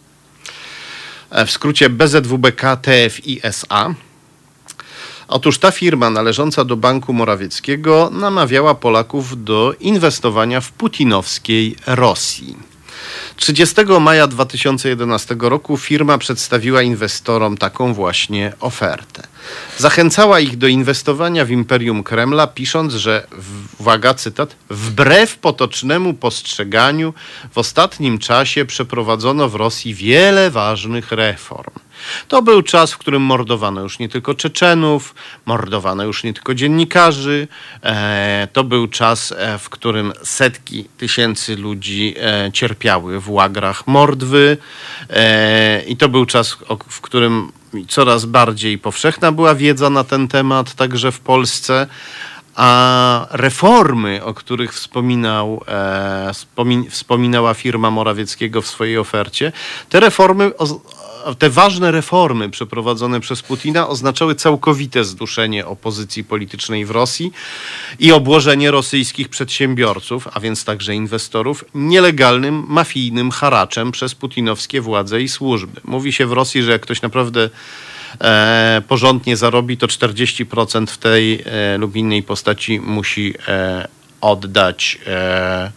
w skrócie B Z W B K T F I S A. Otóż ta firma należąca do banku Morawieckiego namawiała Polaków do inwestowania w putinowskiej Rosji. trzydziestego maja dwa tysiące jedenastego roku firma przedstawiła inwestorom taką właśnie ofertę. Zachęcała ich do inwestowania w imperium Kremla, pisząc, że, uwaga, cytat, wbrew potocznemu postrzeganiu w ostatnim czasie przeprowadzono w Rosji wiele ważnych reform. To był czas, w którym mordowano już nie tylko Czeczenów, mordowano już nie tylko dziennikarzy. E, to był czas, e, w którym setki tysięcy ludzi e, cierpiały w łagrach Mordwy. E, I to był czas, o, w którym coraz bardziej powszechna była wiedza na ten temat, także w Polsce. A reformy, o których wspominał, e, wspomin- wspominała firma Morawieckiego w swojej ofercie, te reformy... O, Te ważne reformy przeprowadzone przez Putina oznaczały całkowite zduszenie opozycji politycznej w Rosji i obłożenie rosyjskich przedsiębiorców, a więc także inwestorów, nielegalnym, mafijnym haraczem przez putinowskie władze i służby. Mówi się w Rosji, że jak ktoś naprawdę e, porządnie zarobi, to czterdzieści procent w tej e, lub innej postaci musi e, oddać e,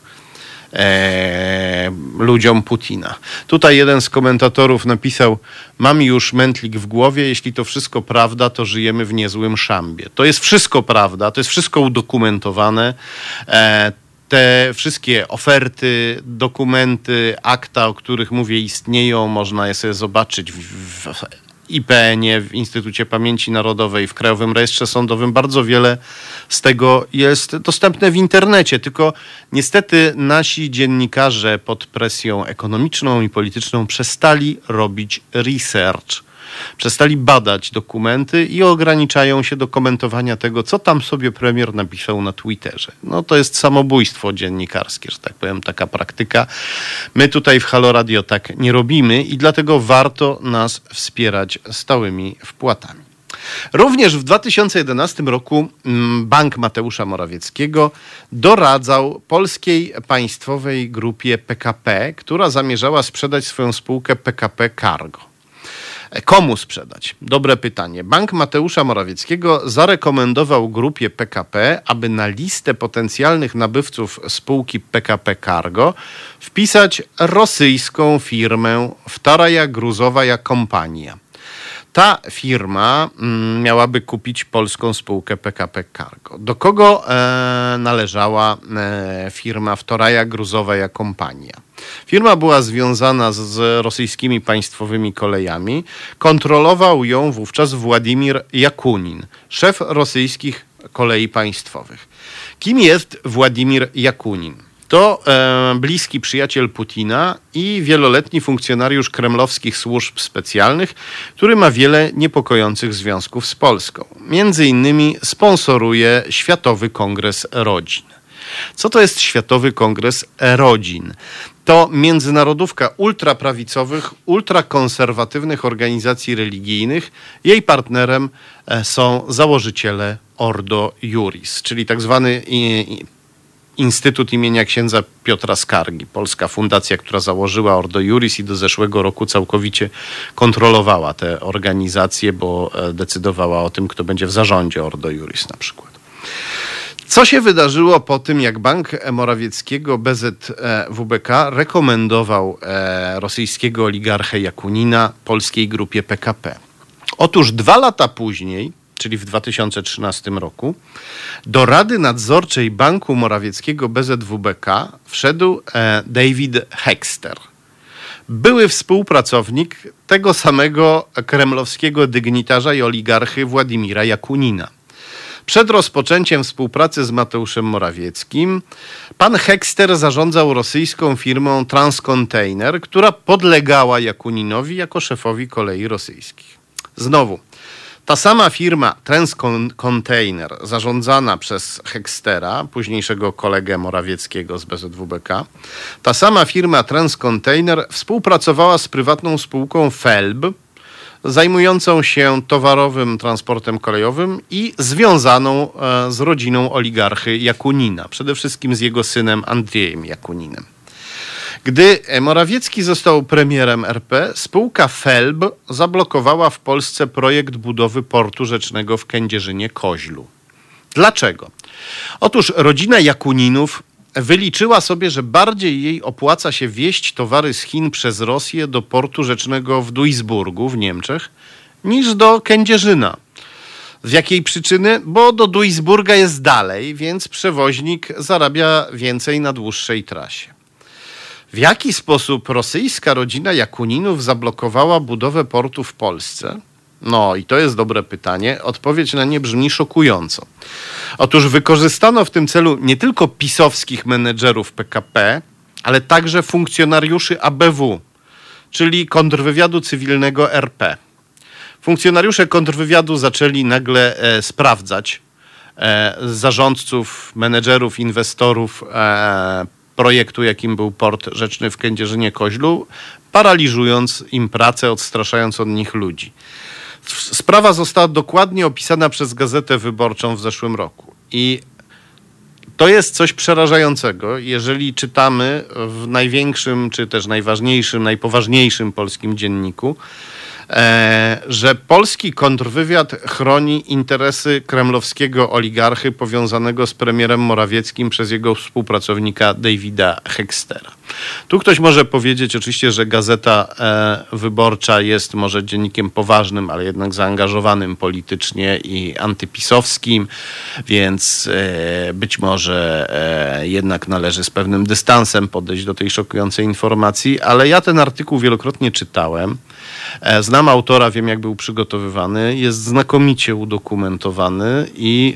E, ludziom Putina. Tutaj jeden z komentatorów napisał: mam już mętlik w głowie, jeśli to wszystko prawda, to żyjemy w niezłym szambie. To jest wszystko prawda, to jest wszystko udokumentowane. E, te wszystkie oferty, dokumenty, akta, o których mówię, istnieją, można je sobie zobaczyć w, w I P N-ie, w Instytucie Pamięci Narodowej, w Krajowym Rejestrze Sądowym. Bardzo wiele z tego jest dostępne w internecie, tylko niestety nasi dziennikarze pod presją ekonomiczną i polityczną przestali robić research. Przestali badać dokumenty i ograniczają się do komentowania tego, co tam sobie premier napisał na Twitterze. No to jest samobójstwo dziennikarskie, że tak powiem, taka praktyka. My tutaj w Halo Radio tak nie robimy i dlatego warto nas wspierać stałymi wpłatami. Również w dwa tysiące jedenastym roku Bank Mateusza Morawieckiego doradzał polskiej państwowej grupie P K P, która zamierzała sprzedać swoją spółkę P K P Cargo. Komu sprzedać? Dobre pytanie. Bank Mateusza Morawieckiego zarekomendował grupie P K P, aby na listę potencjalnych nabywców spółki P K P Cargo wpisać rosyjską firmę Wtaraja Gruzowaja Kompania. Ta firma mm, miałaby kupić polską spółkę P K P Cargo. Do kogo e, należała e, firma Wtaraja Gruzowaja Kompania? Firma była związana z, z rosyjskimi państwowymi kolejami. Kontrolował ją wówczas Władimir Jakunin, szef rosyjskich kolei państwowych. Kim jest Władimir Jakunin? To e, bliski przyjaciel Putina i wieloletni funkcjonariusz kremlowskich służb specjalnych, który ma wiele niepokojących związków z Polską. Między innymi sponsoruje Światowy Kongres Rodzin. Co to jest Światowy Kongres Rodzin? To międzynarodówka ultraprawicowych, ultrakonserwatywnych organizacji religijnych. Jej partnerem są założyciele Ordo Iuris, czyli tak zwany Instytut imienia księdza Piotra Skargi. Polska fundacja, która założyła Ordo Iuris i do zeszłego roku całkowicie kontrolowała te organizacje, bo decydowała o tym, kto będzie w zarządzie Ordo Iuris na przykład. Co się wydarzyło po tym, jak Bank Morawieckiego B Z W B K rekomendował rosyjskiego oligarchę Jakunina polskiej grupie P K P? Otóż dwa lata później, czyli w dwa tysiące trzynastym roku, do Rady Nadzorczej Banku Morawieckiego B Z W B K wszedł David Hekster. Były współpracownik tego samego kremlowskiego dygnitarza i oligarchy Władimira Jakunina. Przed rozpoczęciem współpracy z Mateuszem Morawieckim pan Hekster zarządzał rosyjską firmą Transcontainer, która podlegała Jakuninowi jako szefowi kolei rosyjskich. Znowu, Ta sama firma Transcontainer, zarządzana przez Hextera, późniejszego kolegę Morawieckiego z B Z W B K, ta sama firma Transcontainer współpracowała z prywatną spółką Felb, zajmującą się towarowym transportem kolejowym i związaną z rodziną oligarchy Jakunina, przede wszystkim z jego synem Andrzejem Jakuninem. Gdy Morawiecki został premierem R P, spółka Felb zablokowała w Polsce projekt budowy portu rzecznego w Kędzierzynie-Koźlu. Dlaczego? Otóż rodzina Jakuninów wyliczyła sobie, że bardziej jej opłaca się wieźć towary z Chin przez Rosję do portu rzecznego w Duisburgu w Niemczech niż do Kędzierzyna. Z jakiej przyczyny? Bo do Duisburga jest dalej, więc przewoźnik zarabia więcej na dłuższej trasie. W jaki sposób rosyjska rodzina Jakuninów zablokowała budowę portu w Polsce? No i to jest dobre pytanie. Odpowiedź na nie brzmi szokująco. Otóż wykorzystano w tym celu nie tylko pisowskich menedżerów P K P, ale także funkcjonariuszy A B W, czyli kontrwywiadu cywilnego R P. Funkcjonariusze kontrwywiadu zaczęli nagle e, sprawdzać e, zarządców, menedżerów, inwestorów e, projektu, jakim był port rzeczny w Kędzierzynie-Koźlu, paraliżując im pracę, odstraszając od nich ludzi. Sprawa została dokładnie opisana przez Gazetę Wyborczą w zeszłym roku. I to jest coś przerażającego, jeżeli czytamy w największym, czy też najważniejszym, najpoważniejszym polskim dzienniku, że polski kontrwywiad chroni interesy kremlowskiego oligarchy powiązanego z premierem Morawieckim przez jego współpracownika Davida Hextera. Tu ktoś może powiedzieć oczywiście, że Gazeta Wyborcza jest może dziennikiem poważnym, ale jednak zaangażowanym politycznie i antypisowskim, więc być może jednak należy z pewnym dystansem podejść do tej szokującej informacji, ale ja ten artykuł wielokrotnie czytałem. Znam autora, wiem jak był przygotowywany, jest znakomicie udokumentowany i,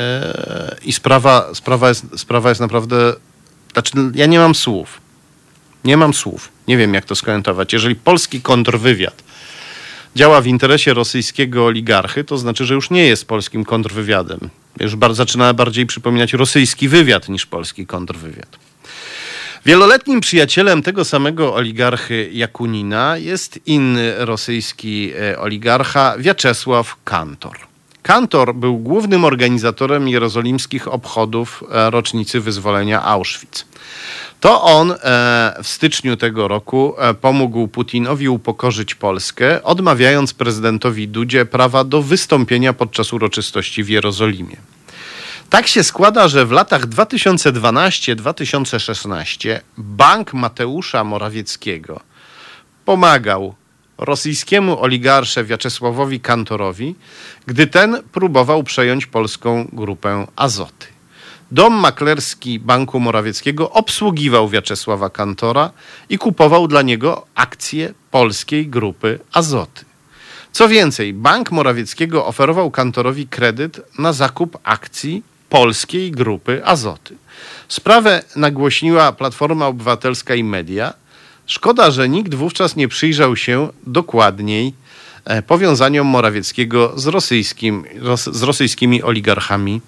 e, i sprawa, sprawa, jest, sprawa jest naprawdę, znaczy ja nie mam słów, nie mam słów, nie wiem jak to skomentować. Jeżeli polski kontrwywiad działa w interesie rosyjskiego oligarchy, to znaczy, że już nie jest polskim kontrwywiadem. Już bar- zaczyna bardziej przypominać rosyjski wywiad niż polski kontrwywiad. Wieloletnim przyjacielem tego samego oligarchy Jakunina jest inny rosyjski oligarcha Wiaczesław Kantor. Kantor był głównym organizatorem jerozolimskich obchodów rocznicy wyzwolenia Auschwitz. To on w styczniu tego roku pomógł Putinowi upokorzyć Polskę, odmawiając prezydentowi Dudzie prawa do wystąpienia podczas uroczystości w Jerozolimie. Tak się składa, że w latach dwa tysiące dwunastym do dwa tysiące szesnastego bank Mateusza Morawieckiego pomagał rosyjskiemu oligarsze Wiaczesławowi Kantorowi, gdy ten próbował przejąć polską grupę Azoty. Dom maklerski Banku Morawieckiego obsługiwał Wiaczesława Kantora i kupował dla niego akcje polskiej grupy Azoty. Co więcej, Bank Morawieckiego oferował Kantorowi kredyt na zakup akcji polskiej grupy Azoty. Sprawę nagłośniła Platforma Obywatelska i media. Szkoda, że nikt wówczas nie przyjrzał się dokładniej powiązaniom Morawieckiego z, rosyjskim, z rosyjskimi oligarchami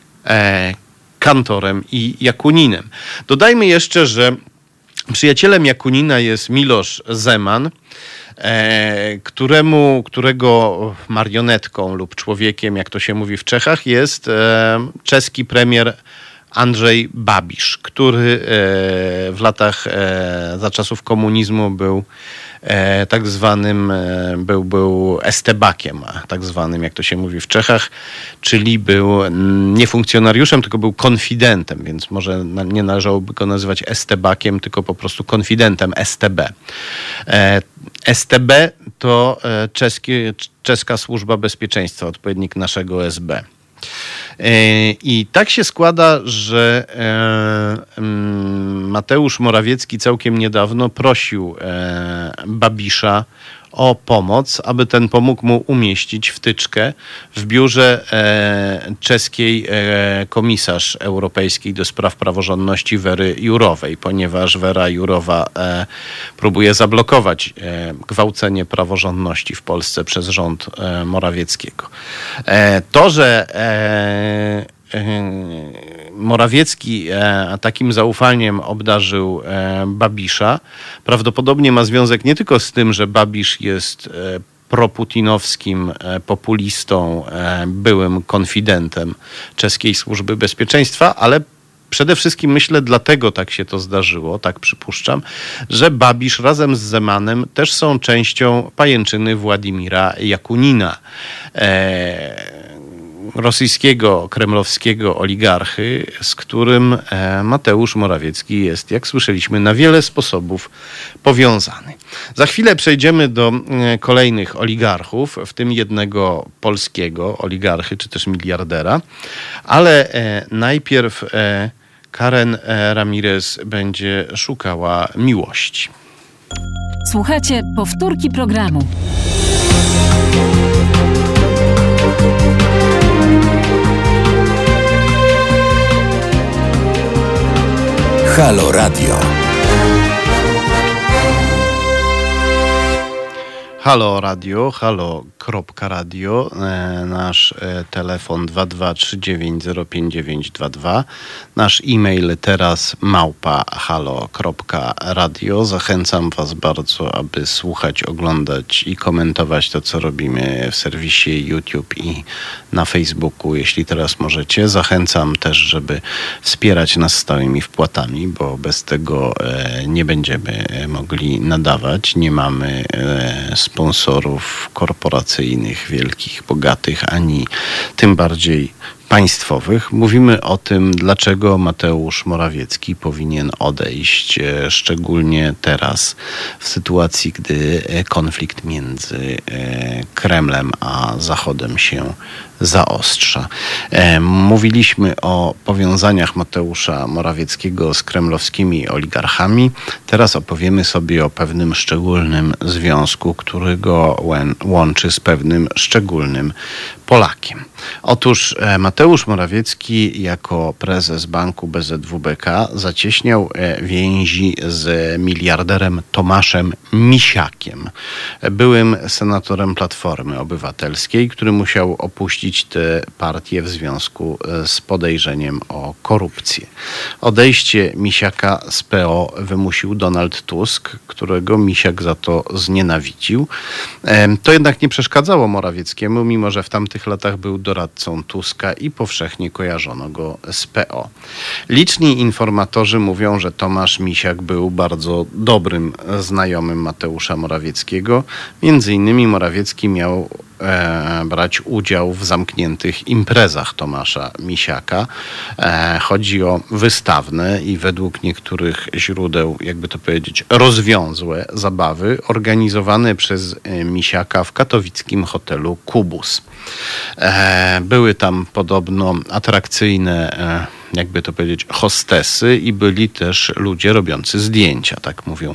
e, Kantorem i Jakuninem. Dodajmy jeszcze, że przyjacielem Jakunina jest Miloš Zeman, E, któremu, którego marionetką lub człowiekiem, jak to się mówi w Czechach, jest e, czeski premier Andrzej Babiš, który e, w latach e, za czasów komunizmu był e, tak zwanym, e, był, był estebakiem, tak zwanym, jak to się mówi w Czechach, czyli był nie funkcjonariuszem, tylko był konfidentem, więc może na, nie należałoby go nazywać estebakiem, tylko po prostu konfidentem, S T B. E, S T B to e, czeskie, czeska służba bezpieczeństwa, odpowiednik naszego S B. I tak się składa, że Mateusz Morawiecki całkiem niedawno prosił Babisza o pomoc, aby ten pomógł mu umieścić wtyczkę w biurze e, czeskiej e, komisarz europejskiej do spraw praworządności Wery Jourowej, ponieważ Wera Jourowa e, próbuje zablokować e, gwałcenie praworządności w Polsce przez rząd e, Morawieckiego. E, to, że e, Morawiecki e, takim zaufaniem obdarzył e, Babisza, prawdopodobnie ma związek nie tylko z tym, że Babisz jest e, proputinowskim e, populistą, e, byłym konfidentem czeskiej służby bezpieczeństwa, ale przede wszystkim myślę, dlatego tak się to zdarzyło, tak przypuszczam, że Babisz razem z Zemanem też są częścią pajęczyny Władimira Jakunina. E, rosyjskiego, kremlowskiego oligarchy, z którym Mateusz Morawiecki jest, jak słyszeliśmy, na wiele sposobów powiązany. Za chwilę przejdziemy do kolejnych oligarchów, w tym jednego polskiego oligarchy, czy też miliardera, ale najpierw Karen Ramirez będzie szukała miłości. Słuchajcie powtórki programu. Halo Radio. Halo Radio, halo.radio, e, nasz e, telefon dwa dwa trzy dziewięć zero pięć dziewięć dwa dwa, nasz e-mail teraz małpa halo.radio. Zachęcam Was bardzo, aby słuchać, oglądać i komentować to, co robimy w serwisie YouTube i na Facebooku, jeśli teraz możecie. Zachęcam też, żeby wspierać nas stałymi wpłatami, bo bez tego e, nie będziemy mogli nadawać. Nie mamy e, sponsorów korporacyjnych, wielkich, bogatych, ani tym bardziej państwowych. Mówimy o tym, dlaczego Mateusz Morawiecki powinien odejść, szczególnie teraz, w sytuacji, gdy konflikt między Kremlem a Zachodem się zaostrza. Mówiliśmy o powiązaniach Mateusza Morawieckiego z kremlowskimi oligarchami. Teraz opowiemy sobie o pewnym szczególnym związku, który go łączy z pewnym szczególnym Polakiem. Otóż Mateusz Morawiecki jako prezes banku B Z W B K zacieśniał więzi z miliarderem Tomaszem Misiakiem, byłym senatorem Platformy Obywatelskiej, który musiał opuścić tę partię w związku z podejrzeniem o korupcję. Odejście Misiaka z P O wymusił Donald Tusk, którego Misiak za to znienawidził. To jednak nie przeszkadzało Morawieckiemu, mimo że w tamtych latach był doradcą Tuska i powszechnie kojarzono go z P O. Liczni informatorzy mówią, że Tomasz Misiak był bardzo dobrym znajomym Mateusza Morawieckiego. Między innymi Morawiecki miał e, brać udział w zamkniętych imprezach Tomasza Misiaka. E, chodzi o wystawne i według niektórych źródeł, jakby to powiedzieć, rozwiązłe zabawy organizowane przez Misiaka w katowickim hotelu Kubus. E, były tam podobno atrakcyjne, e, jakby to powiedzieć, hostesy i byli też ludzie robiący zdjęcia, tak mówią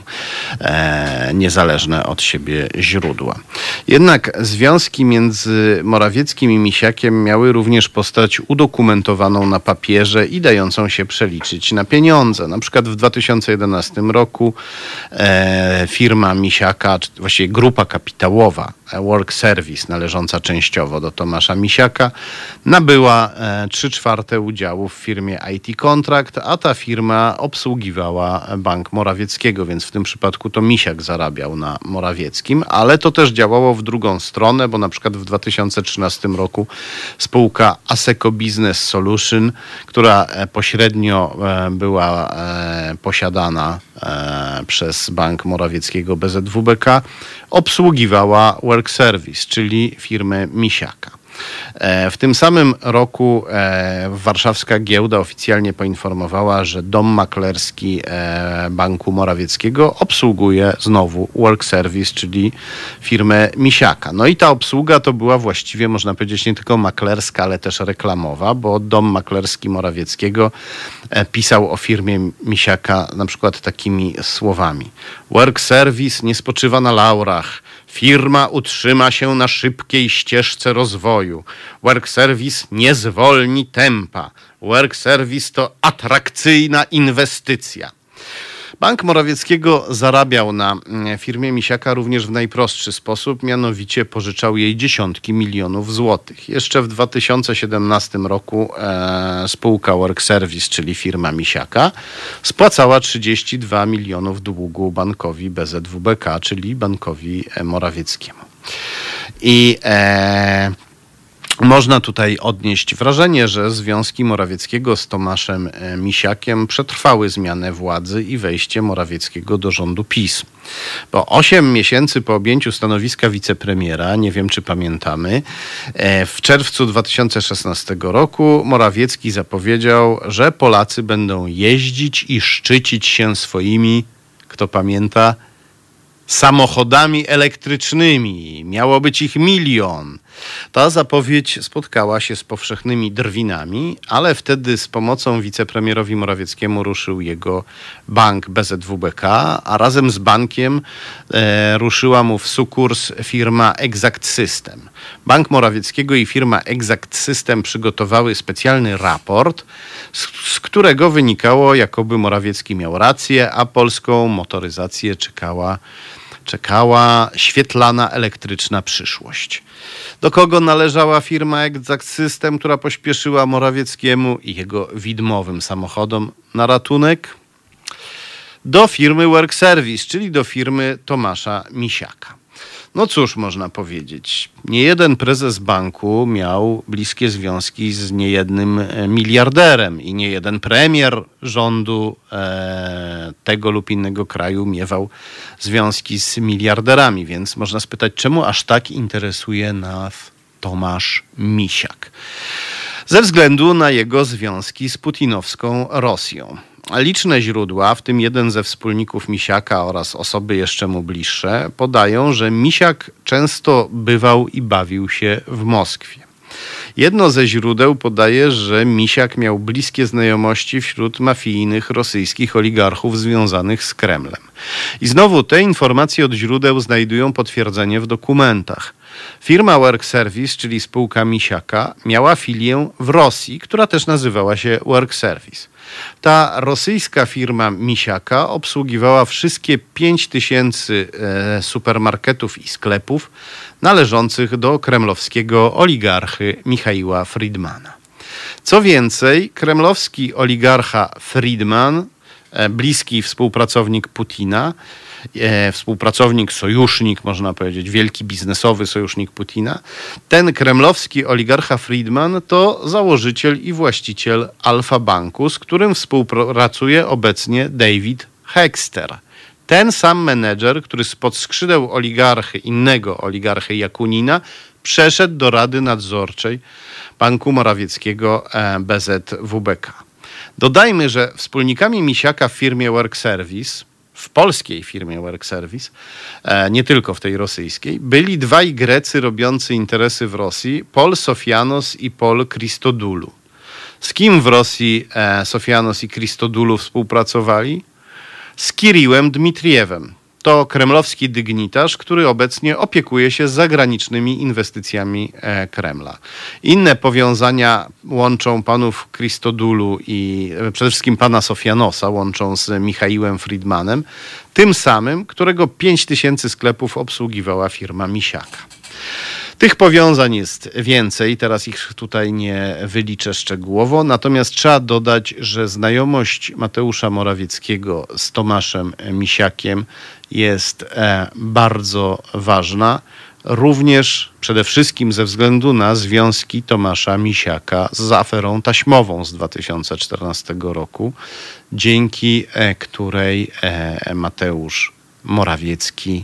e, niezależne od siebie źródła. Jednak związki między Morawieckim i Misiakiem miały również postać udokumentowaną na papierze i dającą się przeliczyć na pieniądze. Na przykład w dwa tysiące jedenastym roku e, firma Misiaka, czy właściwie grupa kapitałowa Work Service, należąca częściowo do Tomasza Misiaka, nabyła trzy czwarte udziałów w firmie I T Contract, a ta firma obsługiwała Bank Morawieckiego, więc w tym przypadku to Misiak zarabiał na Morawieckim, ale to też działało w drugą stronę, bo na przykład w dwa tysiące trzynastym roku spółka Asseco Business Solution, która pośrednio była posiadana przez Bank Morawieckiego B Z W B K, obsługiwała Work Service, czyli firmę Misiaka. W tym samym roku warszawska giełda oficjalnie poinformowała, że dom maklerski Banku Morawieckiego obsługuje znowu Work Service, czyli firmę Misiaka. No i ta obsługa to była właściwie, można powiedzieć, nie tylko maklerska, ale też reklamowa, bo dom maklerski Morawieckiego pisał o firmie Misiaka na przykład takimi słowami: Work Service nie spoczywa na laurach. Firma utrzyma się na szybkiej ścieżce rozwoju. Work Service nie zwolni tempa. Work Service to atrakcyjna inwestycja. Bank Morawieckiego zarabiał na firmie Misiaka również w najprostszy sposób, mianowicie pożyczał jej dziesiątki milionów złotych. Jeszcze w dwa tysiące siedemnastym roku e, spółka Work Service, czyli firma Misiaka, spłacała trzydzieści dwa milionów długu bankowi B Z W B K, czyli bankowi Morawieckiemu. I e, można tutaj odnieść wrażenie, że związki Morawieckiego z Tomaszem Misiakiem przetrwały zmianę władzy i wejście Morawieckiego do rządu PiS. Bo osiem miesięcy po objęciu stanowiska wicepremiera, nie wiem czy pamiętamy, w czerwcu dwa tysiące szesnastego roku Morawiecki zapowiedział, że Polacy będą jeździć i szczycić się swoimi, kto pamięta, samochodami elektrycznymi. Miało być ich milion. Ta zapowiedź spotkała się z powszechnymi drwinami, ale wtedy z pomocą wicepremierowi Morawieckiemu ruszył jego bank B Z W B K, a razem z bankiem e, ruszyła mu w sukurs firma Exact System. Bank Morawieckiego i firma Exact System przygotowały specjalny raport, z, z którego wynikało, jakoby Morawiecki miał rację, a polską motoryzację czekała czekała świetlana elektryczna przyszłość. Do kogo należała firma Exact System, która pośpieszyła Morawieckiemu i jego widmowym samochodom na ratunek? Do firmy Work Service, czyli do firmy Tomasza Misiaka. No cóż można powiedzieć, niejeden prezes banku miał bliskie związki z niejednym miliarderem i niejeden premier rządu e, tego lub innego kraju miewał związki z miliarderami, więc można spytać, czemu aż tak interesuje nas Tomasz Misiak? Ze względu na jego związki z putinowską Rosją. Liczne źródła, w tym jeden ze wspólników Misiaka oraz osoby jeszcze mu bliższe, podają, że Misiak często bywał i bawił się w Moskwie. Jedno ze źródeł podaje, że Misiak miał bliskie znajomości wśród mafijnych rosyjskich oligarchów związanych z Kremlem. I znowu te informacje od źródeł znajdują potwierdzenie w dokumentach. Firma Work Service, czyli spółka Misiaka, miała filię w Rosji, która też nazywała się Work Service. Ta rosyjska firma Misiaka obsługiwała wszystkie pięć tysięcy e, supermarketów i sklepów należących do kremlowskiego oligarchy Michaiła Friedmana. Co więcej, kremlowski oligarcha Friedman, e, bliski współpracownik Putina, E, współpracownik, sojusznik, można powiedzieć, wielki biznesowy sojusznik Putina. Ten kremlowski oligarcha Friedman to założyciel i właściciel Alfa Banku, z którym współpracuje obecnie David Hoekster. Ten sam menedżer, który spod skrzydeł oligarchy, innego oligarchy Jakunina, przeszedł do Rady Nadzorczej Banku Morawieckiego B Z W B K. Dodajmy, że wspólnikami Misiaka w firmie Work Service, w polskiej firmie Work Service, nie tylko w tej rosyjskiej, byli dwaj Grecy robiący interesy w Rosji, Paul Sofianos i Paul Christodoulou. Z kim w Rosji Sofianos i Christodoulou współpracowali? Z Kiriłem Dmitriewem. To kremlowski dygnitarz, który obecnie opiekuje się zagranicznymi inwestycjami Kremla. Inne powiązania łączą panów Christodoulou i przede wszystkim pana Sofianosa łączą z Michaiłem Friedmanem, tym samym, którego pięć tysięcy sklepów obsługiwała firma Misiaka. Tych powiązań jest więcej, teraz ich tutaj nie wyliczę szczegółowo, natomiast trzeba dodać, że znajomość Mateusza Morawieckiego z Tomaszem Misiakiem jest bardzo ważna, również przede wszystkim ze względu na związki Tomasza Misiaka z aferą taśmową z dwa tysiące czternastego roku, dzięki której Mateusz Morawiecki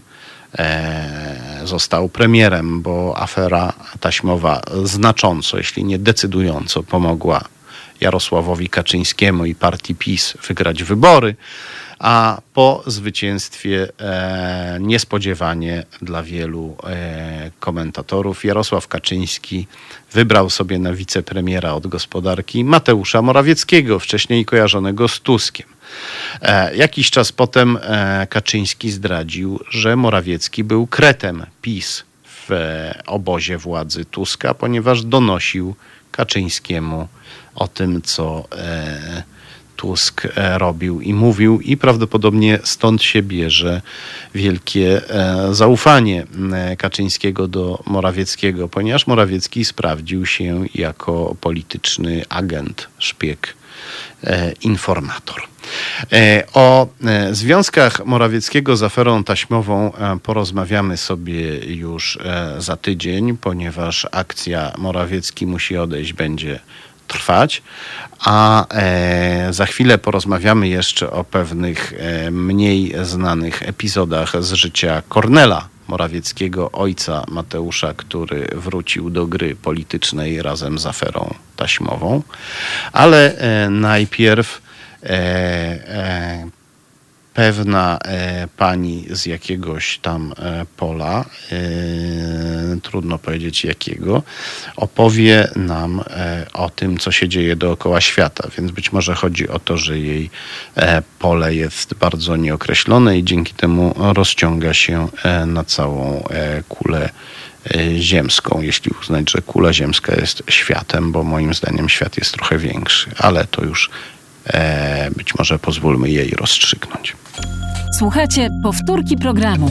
został premierem, bo afera taśmowa znacząco, jeśli nie decydująco, pomogła Jarosławowi Kaczyńskiemu i partii PiS wygrać wybory, a po zwycięstwie e, niespodziewanie dla wielu e, komentatorów Jarosław Kaczyński wybrał sobie na wicepremiera od gospodarki Mateusza Morawieckiego, wcześniej kojarzonego z Tuskiem. E, jakiś czas potem e, Kaczyński zdradził, że Morawiecki był kretem PiS w e, obozie władzy Tuska, ponieważ donosił Kaczyńskiemu o tym, co e, Tusk e, robił i mówił, i prawdopodobnie stąd się bierze wielkie e, zaufanie e, Kaczyńskiego do Morawieckiego, ponieważ Morawiecki sprawdził się jako polityczny agent, szpieg, e, informator. E, o e, związkach Morawieckiego z aferą taśmową e, porozmawiamy sobie już e, za tydzień, ponieważ akcja Morawiecki musi odejść będzie trwać, a e, za chwilę porozmawiamy jeszcze o pewnych e, mniej znanych epizodach z życia Kornela Morawieckiego, ojca Mateusza, który wrócił do gry politycznej razem z aferą taśmową. Ale e, najpierw e, e, pewna e, pani z jakiegoś tam e, pola, e, trudno powiedzieć jakiego, opowie nam e, o tym, co się dzieje dookoła świata. Więc być może chodzi o to, że jej e, pole jest bardzo nieokreślone i dzięki temu rozciąga się e, na całą e, kulę e, ziemską, jeśli uznać, że kula ziemska jest światem, bo moim zdaniem świat jest trochę większy, ale to już e, być może pozwólmy jej rozstrzygnąć. Słuchajcie, powtórki programu.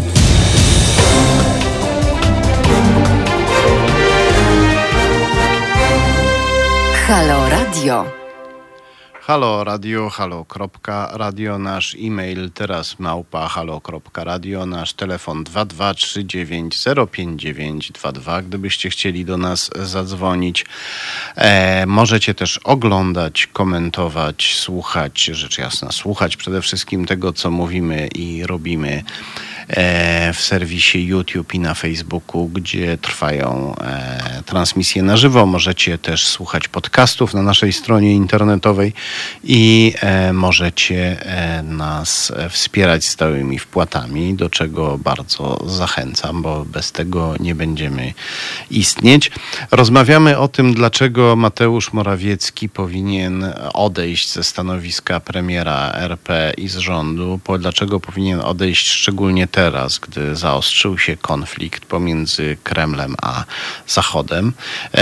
Halo Radio. Halo Radio, halo kropka radio, nasz e-mail teraz małpa halo kropka radio, nasz telefon dwa dwa trzy dziewięć zero pięć dziewięć dwa dwa. Gdybyście chcieli do nas zadzwonić, e, możecie też oglądać, komentować, słuchać, rzecz jasna, słuchać przede wszystkim tego, co mówimy i robimy w serwisie YouTube i na Facebooku, gdzie trwają e, transmisje na żywo. Możecie też słuchać podcastów na naszej stronie internetowej i e, możecie e, nas wspierać stałymi wpłatami, do czego bardzo zachęcam, bo bez tego nie będziemy istnieć. Rozmawiamy o tym, dlaczego Mateusz Morawiecki powinien odejść ze stanowiska premiera R P i z rządu, bo dlaczego powinien odejść szczególnie teraz, gdy zaostrzył się konflikt pomiędzy Kremlem a Zachodem.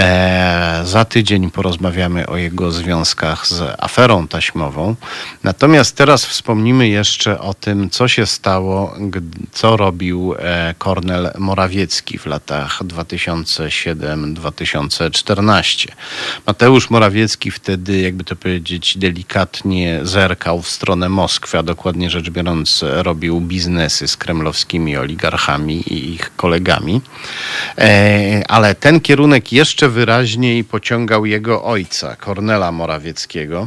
E, za tydzień porozmawiamy o jego związkach z aferą taśmową. Natomiast teraz wspomnimy jeszcze o tym, co się stało, co robił e, Kornel Morawiecki w latach dwa tysiące siódmy do dwa tysiące czternastego. Mateusz Morawiecki wtedy, jakby to powiedzieć, delikatnie zerkał w stronę Moskwy, a dokładnie rzecz biorąc robił biznesy z kremlowskimi oligarchami i ich kolegami. E, ale ten kierunek jeszcze wyraźniej pociągał jego ojca, Kornela Morawieckiego.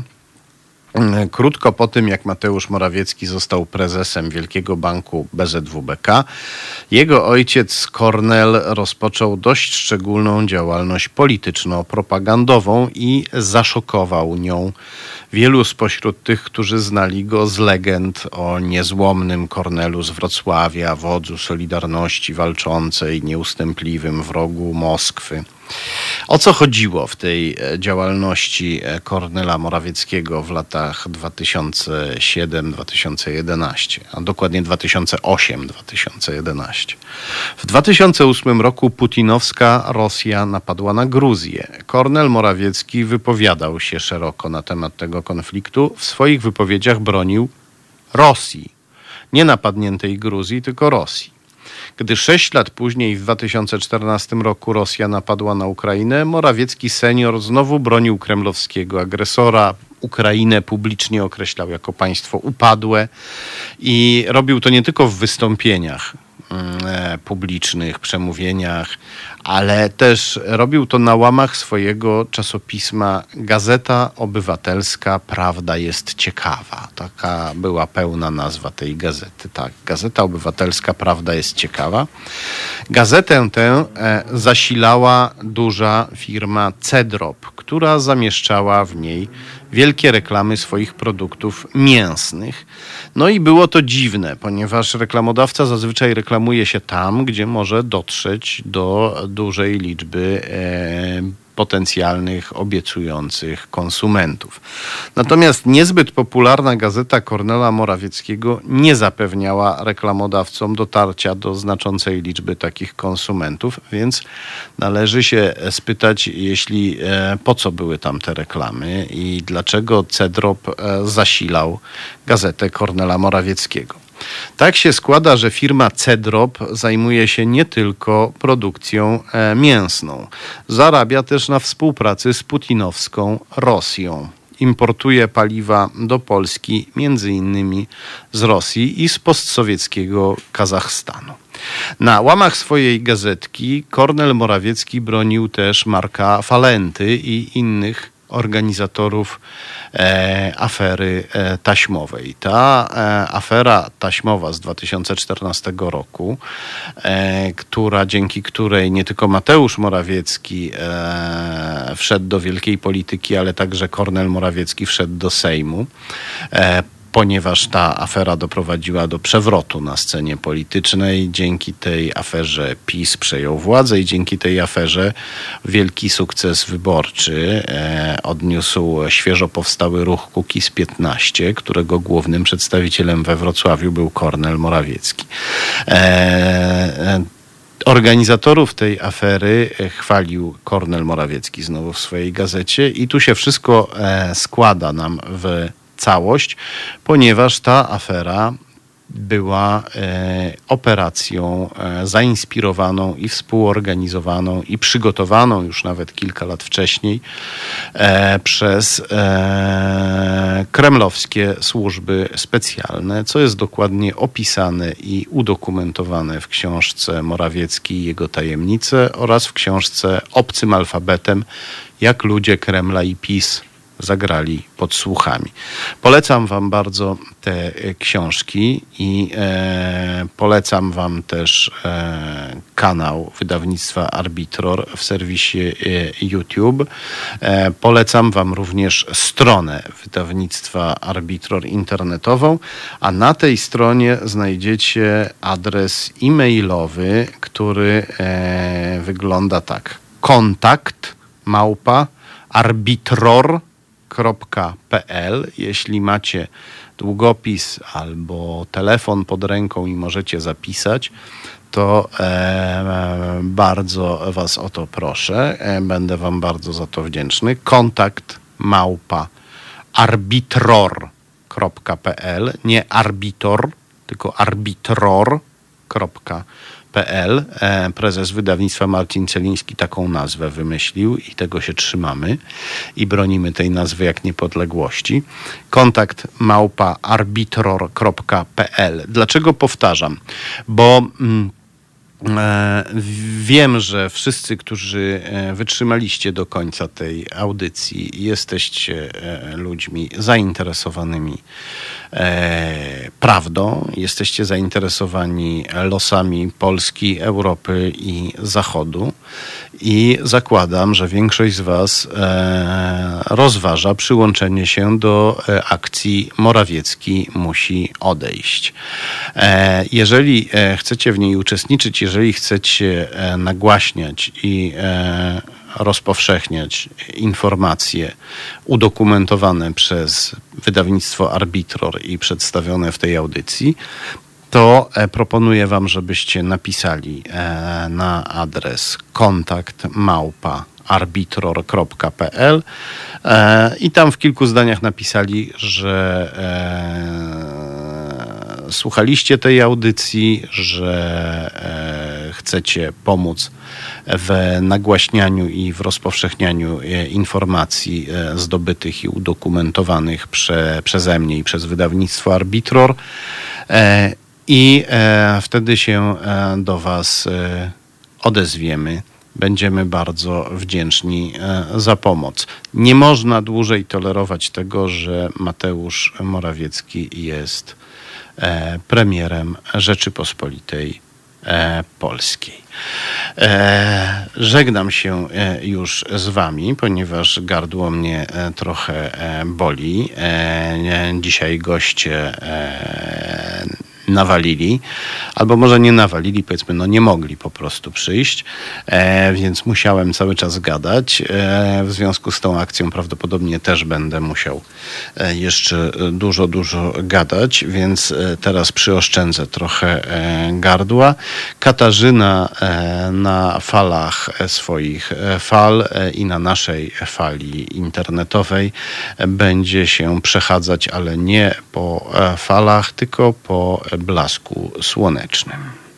Krótko po tym, jak Mateusz Morawiecki został prezesem Wielkiego Banku B Z W B K, jego ojciec Kornel rozpoczął dość szczególną działalność polityczno-propagandową i zaszokował nią wielu spośród tych, którzy znali go z legend o niezłomnym Kornelu z Wrocławia, wodzu Solidarności walczącej, nieustępliwym wrogu Moskwy. O co chodziło w tej działalności Kornela Morawieckiego w latach dwa tysiące siódmy do dwa tysiące jedenastego, a dokładnie dwa tysiące ósmego do dwa tysiące jedenastego? W dwa tysiące ósmym roku putinowska Rosja napadła na Gruzję. Kornel Morawiecki wypowiadał się szeroko na temat tego konfliktu. W swoich wypowiedziach bronił Rosji. Nie napadniętej Gruzji, tylko Rosji. Gdy sześć lat później, w dwa tysiące czternastym roku, Rosja napadła na Ukrainę, Morawiecki senior znowu bronił kremlowskiego agresora. Ukrainę publicznie określał jako państwo upadłe i robił to nie tylko w wystąpieniach publicznych, przemówieniach, ale też robił to na łamach swojego czasopisma Gazeta Obywatelska Prawda jest ciekawa. Taka była pełna nazwa tej gazety. Tak, Gazeta Obywatelska Prawda jest ciekawa. Gazetę tę zasilała duża firma Cedrop, która zamieszczała w niej wielkie reklamy swoich produktów mięsnych. No i było to dziwne, ponieważ reklamodawca zazwyczaj reklamuje się tam, gdzie może dotrzeć do dużej liczby e, potencjalnych, obiecujących konsumentów. Natomiast niezbyt popularna gazeta Kornela Morawieckiego nie zapewniała reklamodawcom dotarcia do znaczącej liczby takich konsumentów, więc należy się spytać, jeśli po co były tam te reklamy i dlaczego Cedrop zasilał gazetę Kornela Morawieckiego. Tak się składa, że firma Cedrop zajmuje się nie tylko produkcją e, mięsną. Zarabia też na współpracy z putinowską Rosją. Importuje paliwa do Polski między innymi z Rosji i z postsowieckiego Kazachstanu. Na łamach swojej gazetki Kornel Morawiecki bronił też Marka Falenty i innych organizatorów e, afery e, taśmowej. Ta e, afera taśmowa z dwa tysiące czternastego roku, e, która, dzięki której nie tylko Mateusz Morawiecki e, wszedł do wielkiej polityki, ale także Kornel Morawiecki wszedł do Sejmu, e, ponieważ ta afera doprowadziła do przewrotu na scenie politycznej. Dzięki tej aferze PiS przejął władzę i dzięki tej aferze wielki sukces wyborczy e, odniósł świeżo powstały ruch Kukiz piętnaście, którego głównym przedstawicielem we Wrocławiu był Kornel Morawiecki. E, e, Organizatorów tej afery chwalił Kornel Morawiecki znowu w swojej gazecie i tu się wszystko e, składa nam w całość, ponieważ ta afera była e, operacją e, zainspirowaną i współorganizowaną i przygotowaną już nawet kilka lat wcześniej e, przez e, kremlowskie służby specjalne, co jest dokładnie opisane i udokumentowane w książce Morawiecki i jego tajemnice oraz w książce Obcym alfabetem, jak ludzie Kremla i PiS zagrali podsłuchami. Polecam wam bardzo te książki i e, polecam wam też e, kanał wydawnictwa Arbitror w serwisie e, YouTube. E, polecam wam również stronę wydawnictwa Arbitror internetową, a na tej stronie znajdziecie adres e-mailowy, który e, wygląda tak. Kontakt małpa arbitror kropka pe el. Jeśli macie długopis albo telefon pod ręką i możecie zapisać, to e, bardzo was o to proszę. E, będę wam bardzo za to wdzięczny. Kontakt małpa arbitror kropka pe el. Nie arbitor, tylko arbitror kropka pe el. Prezes wydawnictwa Marcin Celiński taką nazwę wymyślił i tego się trzymamy i bronimy tej nazwy jak niepodległości. Kontakt małpa arbitror kropka pe el. Dlaczego powtarzam? Bo mm, e, wiem, że wszyscy, którzy wytrzymaliście do końca tej audycji, jesteście e, ludźmi zainteresowanymi E, prawdą, jesteście zainteresowani losami Polski, Europy i Zachodu i zakładam, że większość z was e, rozważa przyłączenie się do e, akcji Morawiecki musi odejść. E, jeżeli e, chcecie w niej uczestniczyć, jeżeli chcecie e, nagłaśniać i e, rozpowszechniać informacje udokumentowane przez wydawnictwo Arbitror i przedstawione w tej audycji, to proponuję wam, żebyście napisali na adres kontakt małpa arbitror kropka pe el i tam w kilku zdaniach napisali, że słuchaliście tej audycji, że chcecie pomóc w nagłaśnianiu i w rozpowszechnianiu informacji zdobytych i udokumentowanych prze, przeze mnie i przez wydawnictwo Arbitror. I wtedy się do was odezwiemy. Będziemy bardzo wdzięczni za pomoc. Nie można dłużej tolerować tego, że Mateusz Morawiecki jest premierem Rzeczypospolitej Polskiej. Żegnam się już z wami, ponieważ gardło mnie trochę boli. Dzisiaj goście nawalili, albo może nie nawalili, powiedzmy, no nie mogli po prostu przyjść, e, więc musiałem cały czas gadać. E, w związku z tą akcją prawdopodobnie też będę musiał e, jeszcze dużo, dużo gadać, więc e, teraz przyoszczędzę trochę e, gardła. Katarzyna e, na falach swoich e, fal e, i na naszej fali internetowej e, będzie się przechadzać, ale nie po e, falach, tylko po blasku słonecznym.